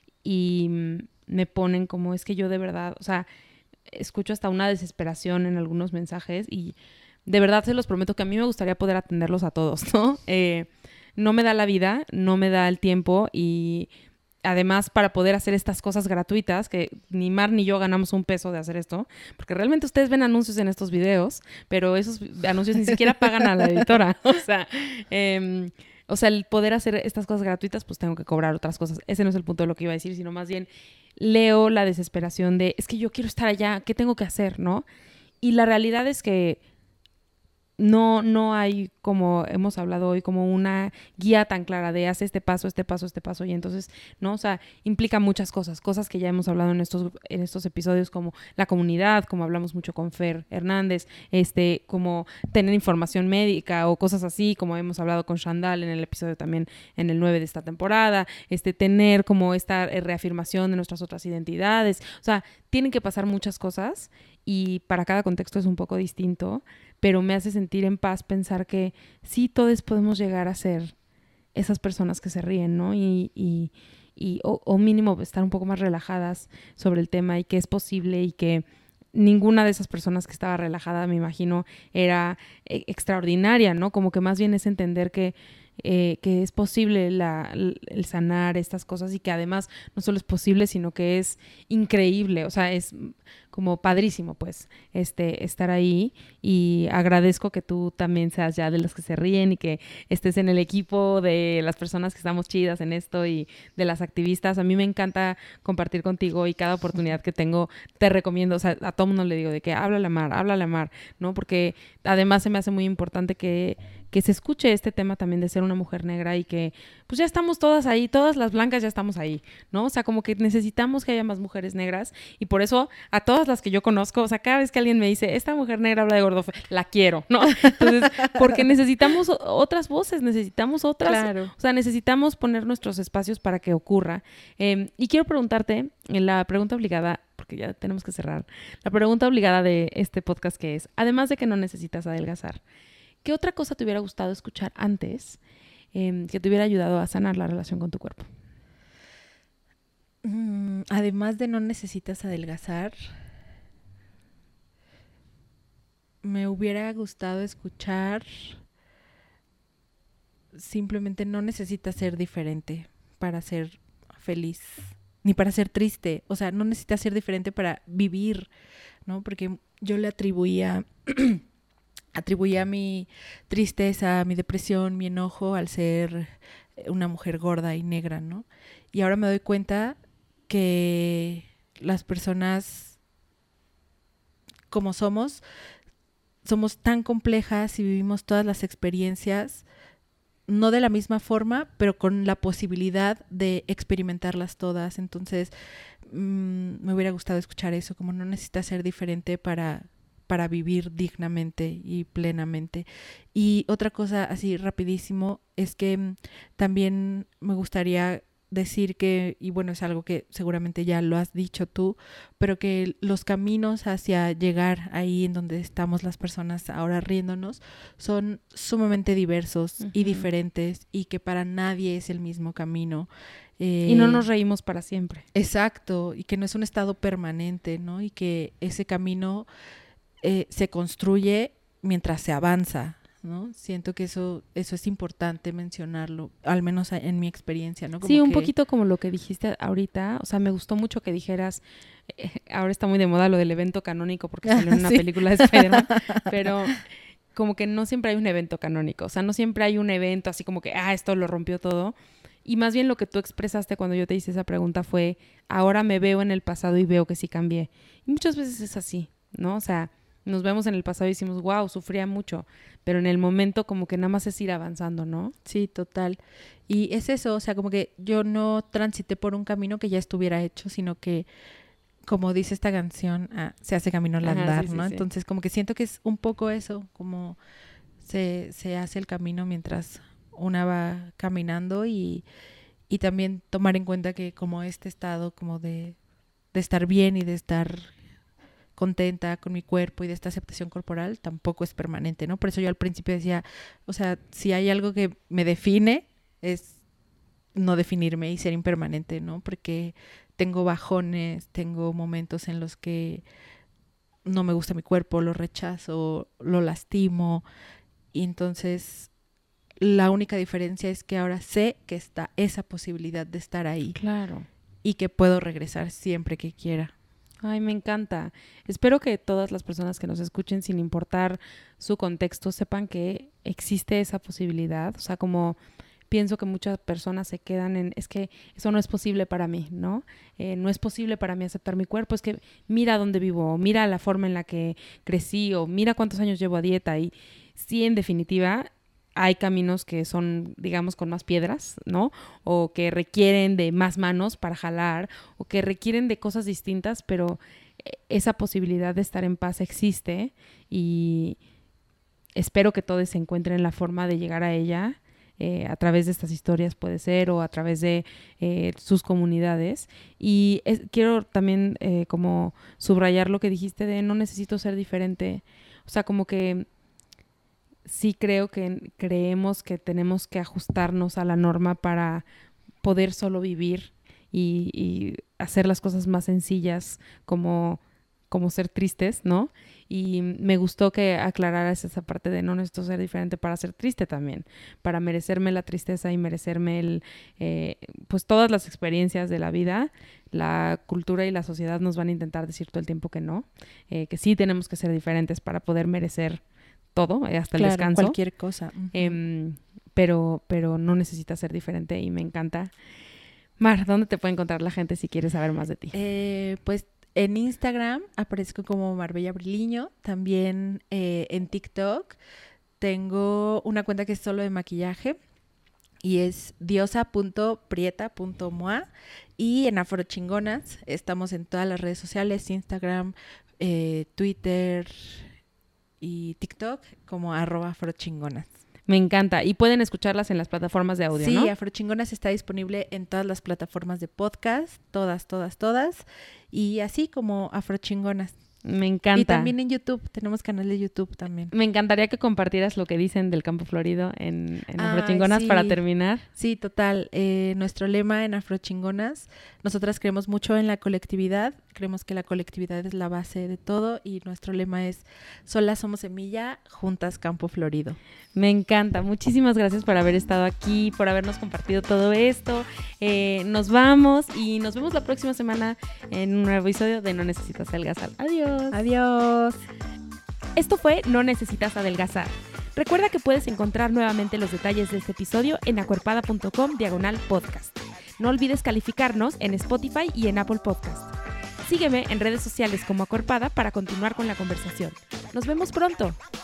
y me ponen como, es que yo de verdad, o sea, escucho hasta una desesperación en algunos mensajes y de verdad se los prometo que a mí me gustaría poder atenderlos a todos, ¿no? Eh, no me da la vida, no me da el tiempo y además para poder hacer estas cosas gratuitas, que ni Mar ni yo ganamos un peso de hacer esto, porque realmente ustedes ven anuncios en estos videos, pero esos anuncios ni siquiera pagan a la editora. O sea, eh, o sea, el poder hacer estas cosas gratuitas, pues tengo que cobrar otras cosas. Ese no es el punto de lo que iba a decir, sino más bien leo la desesperación de, es que yo quiero estar allá, ¿qué tengo que hacer, no? Y la realidad es que no, no hay, como hemos hablado hoy, como una guía tan clara de haz este paso, este paso, este paso. Y entonces, ¿no? O sea, implica muchas cosas, cosas que ya hemos hablado en estos, en estos episodios, como la comunidad, como hablamos mucho con Fer Hernández, este, como tener información médica o cosas así, como hemos hablado con Shandal en el episodio también en el nueve de esta temporada, este, tener como esta reafirmación de nuestras otras identidades. O sea, tienen que pasar muchas cosas y para cada contexto es un poco distinto, pero me hace sentir en paz pensar que sí, todos podemos llegar a ser esas personas que se ríen, ¿no? Y, y, y o, o mínimo estar un poco más relajadas sobre el tema y que es posible y que ninguna de esas personas que estaba relajada, me imagino, era eh, extraordinaria, ¿no? Como que más bien es entender que Eh, que es posible la, el sanar estas cosas y que además no solo es posible, sino que es increíble, o sea, es como padrísimo, pues, este, estar ahí y agradezco que tú también seas ya de los que se ríen y que estés en el equipo de las personas que estamos chidas en esto y de las activistas. A mí me encanta compartir contigo y cada oportunidad que tengo te recomiendo, o sea, a todo mundo le digo de que háblale a Mar, háblale a Mar, ¿no? Porque además se me hace muy importante que que se escuche este tema también de ser una mujer negra y que pues ya estamos todas ahí, todas las blancas ya estamos ahí, ¿no? O sea, como que necesitamos que haya más mujeres negras y por eso a todas las que yo conozco, o sea, cada vez que alguien me dice, esta mujer negra habla de gordofe, la quiero, ¿no? Entonces, porque necesitamos otras voces, necesitamos otras, Claro. O sea, necesitamos poner nuestros espacios para que ocurra. Eh, y quiero preguntarte, en la pregunta obligada, porque ya tenemos que cerrar, la pregunta obligada de este podcast que es, además de que no necesitas adelgazar, ¿qué otra cosa te hubiera gustado escuchar antes eh, que te hubiera ayudado a sanar la relación con tu cuerpo? Mm, además de no necesitas adelgazar, me hubiera gustado escuchar simplemente no necesitas ser diferente para ser feliz, ni para ser triste. O sea, no necesitas ser diferente para vivir, ¿no? Porque yo le atribuía... atribuía mi tristeza, mi depresión, mi enojo al ser una mujer gorda y negra, ¿no? Y ahora me doy cuenta que las personas como somos, somos tan complejas y vivimos todas las experiencias, no de la misma forma, pero con la posibilidad de experimentarlas todas. Entonces, mmm, me hubiera gustado escuchar eso, como no necesitas ser diferente para... para vivir dignamente y plenamente. Y otra cosa así rapidísimo es que m, también me gustaría decir que, y bueno, es algo que seguramente ya lo has dicho tú, pero que los caminos hacia llegar ahí en donde estamos las personas ahora riéndonos son sumamente diversos uh-huh. y diferentes y que para nadie es el mismo camino. Eh, y no nos reímos para siempre. Exacto, y que no es un estado permanente, ¿no? Y que ese camino... Eh, se construye mientras se avanza, ¿no? Siento que eso eso es importante mencionarlo, al menos en mi experiencia, ¿no? Como sí, un que... poquito como lo que dijiste ahorita, o sea, me gustó mucho que dijeras, eh, ahora está muy de moda lo del evento canónico porque salió en una sí. película de Spider-Man, pero como que no siempre hay un evento canónico, o sea, no siempre hay un evento así como que, ah, esto lo rompió todo, y más bien lo que tú expresaste cuando yo te hice esa pregunta fue, ahora me veo en el pasado y veo que sí cambié, y muchas veces es así, ¿no? O sea, nos vemos en el pasado y decimos, wow, sufría mucho, pero en el momento como que nada más es ir avanzando, ¿no? Sí, total. Y es eso, o sea, como que yo no transité por un camino que ya estuviera hecho, sino que, como dice esta canción, ah, se hace camino al andar, Ajá, sí, ¿no? Sí, Entonces, sí. como que siento que es un poco eso, como se, se hace el camino mientras una va caminando y, y también tomar en cuenta que como este estado como de, de estar bien y de estar... contenta con mi cuerpo y de esta aceptación corporal tampoco es permanente, ¿no? Por eso yo al principio decía, o sea, si hay algo que me define es no definirme y ser impermanente, ¿no? Porque tengo bajones, tengo momentos en los que no me gusta mi cuerpo, lo rechazo, lo lastimo y entonces La única diferencia es que ahora sé que está esa posibilidad de estar ahí. Claro. Y que puedo regresar siempre que quiera. Ay, me encanta. Espero que todas las personas que nos escuchen, sin importar su contexto, sepan que existe esa posibilidad. O sea, como pienso que muchas personas se quedan en, es que eso no es posible para mí, ¿no? Eh, no es posible para mí aceptar mi cuerpo, es que mira dónde vivo, o mira la forma en la que crecí, o mira cuántos años llevo a dieta. Y sí, en definitiva, hay caminos que son, digamos, con más piedras, ¿no? O que requieren de más manos para jalar, o que requieren de cosas distintas, pero esa posibilidad de estar en paz existe y espero que todos se encuentren la forma de llegar a ella, eh, a través de estas historias puede ser, o a través de eh, sus comunidades. Y es, quiero también eh, como subrayar lo que dijiste de no necesito ser diferente. O sea, como que sí creo que creemos que tenemos que ajustarnos a la norma para poder solo vivir y, y hacer las cosas más sencillas, como, como ser tristes, ¿no? Y me gustó que aclararas esa parte de no necesito ser diferente para ser triste también, para merecerme la tristeza y merecerme el, eh, pues todas las experiencias de la vida. La cultura y la sociedad nos van a intentar decir todo el tiempo que no, eh, que sí tenemos que ser diferentes para poder merecer todo, eh, hasta claro, el descanso. Cualquier cosa. Uh-huh. Eh, pero, pero no necesita ser diferente y me encanta. Mar, ¿dónde te puede encontrar la gente si quieres saber más de ti? Eh, pues en Instagram aparezco como Marbella Briliño, también eh, en TikTok tengo una cuenta que es solo de maquillaje y es diosa punto prieta punto moa, y en Afrochingonas estamos en todas las redes sociales, Instagram, eh, Twitter y TikTok como arroba afrochingonas. Me encanta. Y pueden escucharlas en las plataformas de audio, sí, ¿no? Sí, Afrochingonas está disponible en todas las plataformas de podcast, todas, todas, todas. Y así como Afrochingonas. Me encanta. Y también en YouTube, tenemos canal de YouTube también. Me encantaría que compartieras lo que dicen del Campo Florido en, en Afrochingonas, sí, para terminar. Sí, total. Eh, nuestro lema en Afrochingonas, nosotras creemos mucho en la colectividad, creemos que la colectividad es la base de todo y nuestro lema es solas somos semilla, juntas Campo Florido. Me encanta. Muchísimas gracias por haber estado aquí, por habernos compartido todo esto. Eh, nos vamos y nos vemos la próxima semana en un nuevo episodio de No Necesitas Adelgazar. Adiós. Adiós. Esto fue No Necesitas Adelgazar. Recuerda que puedes encontrar nuevamente los detalles de este episodio en acuerpada.com diagonal podcast. No olvides calificarnos en Spotify y en Apple Podcast. Sígueme en redes sociales como Acuerpada para continuar con la conversación. Nos vemos pronto.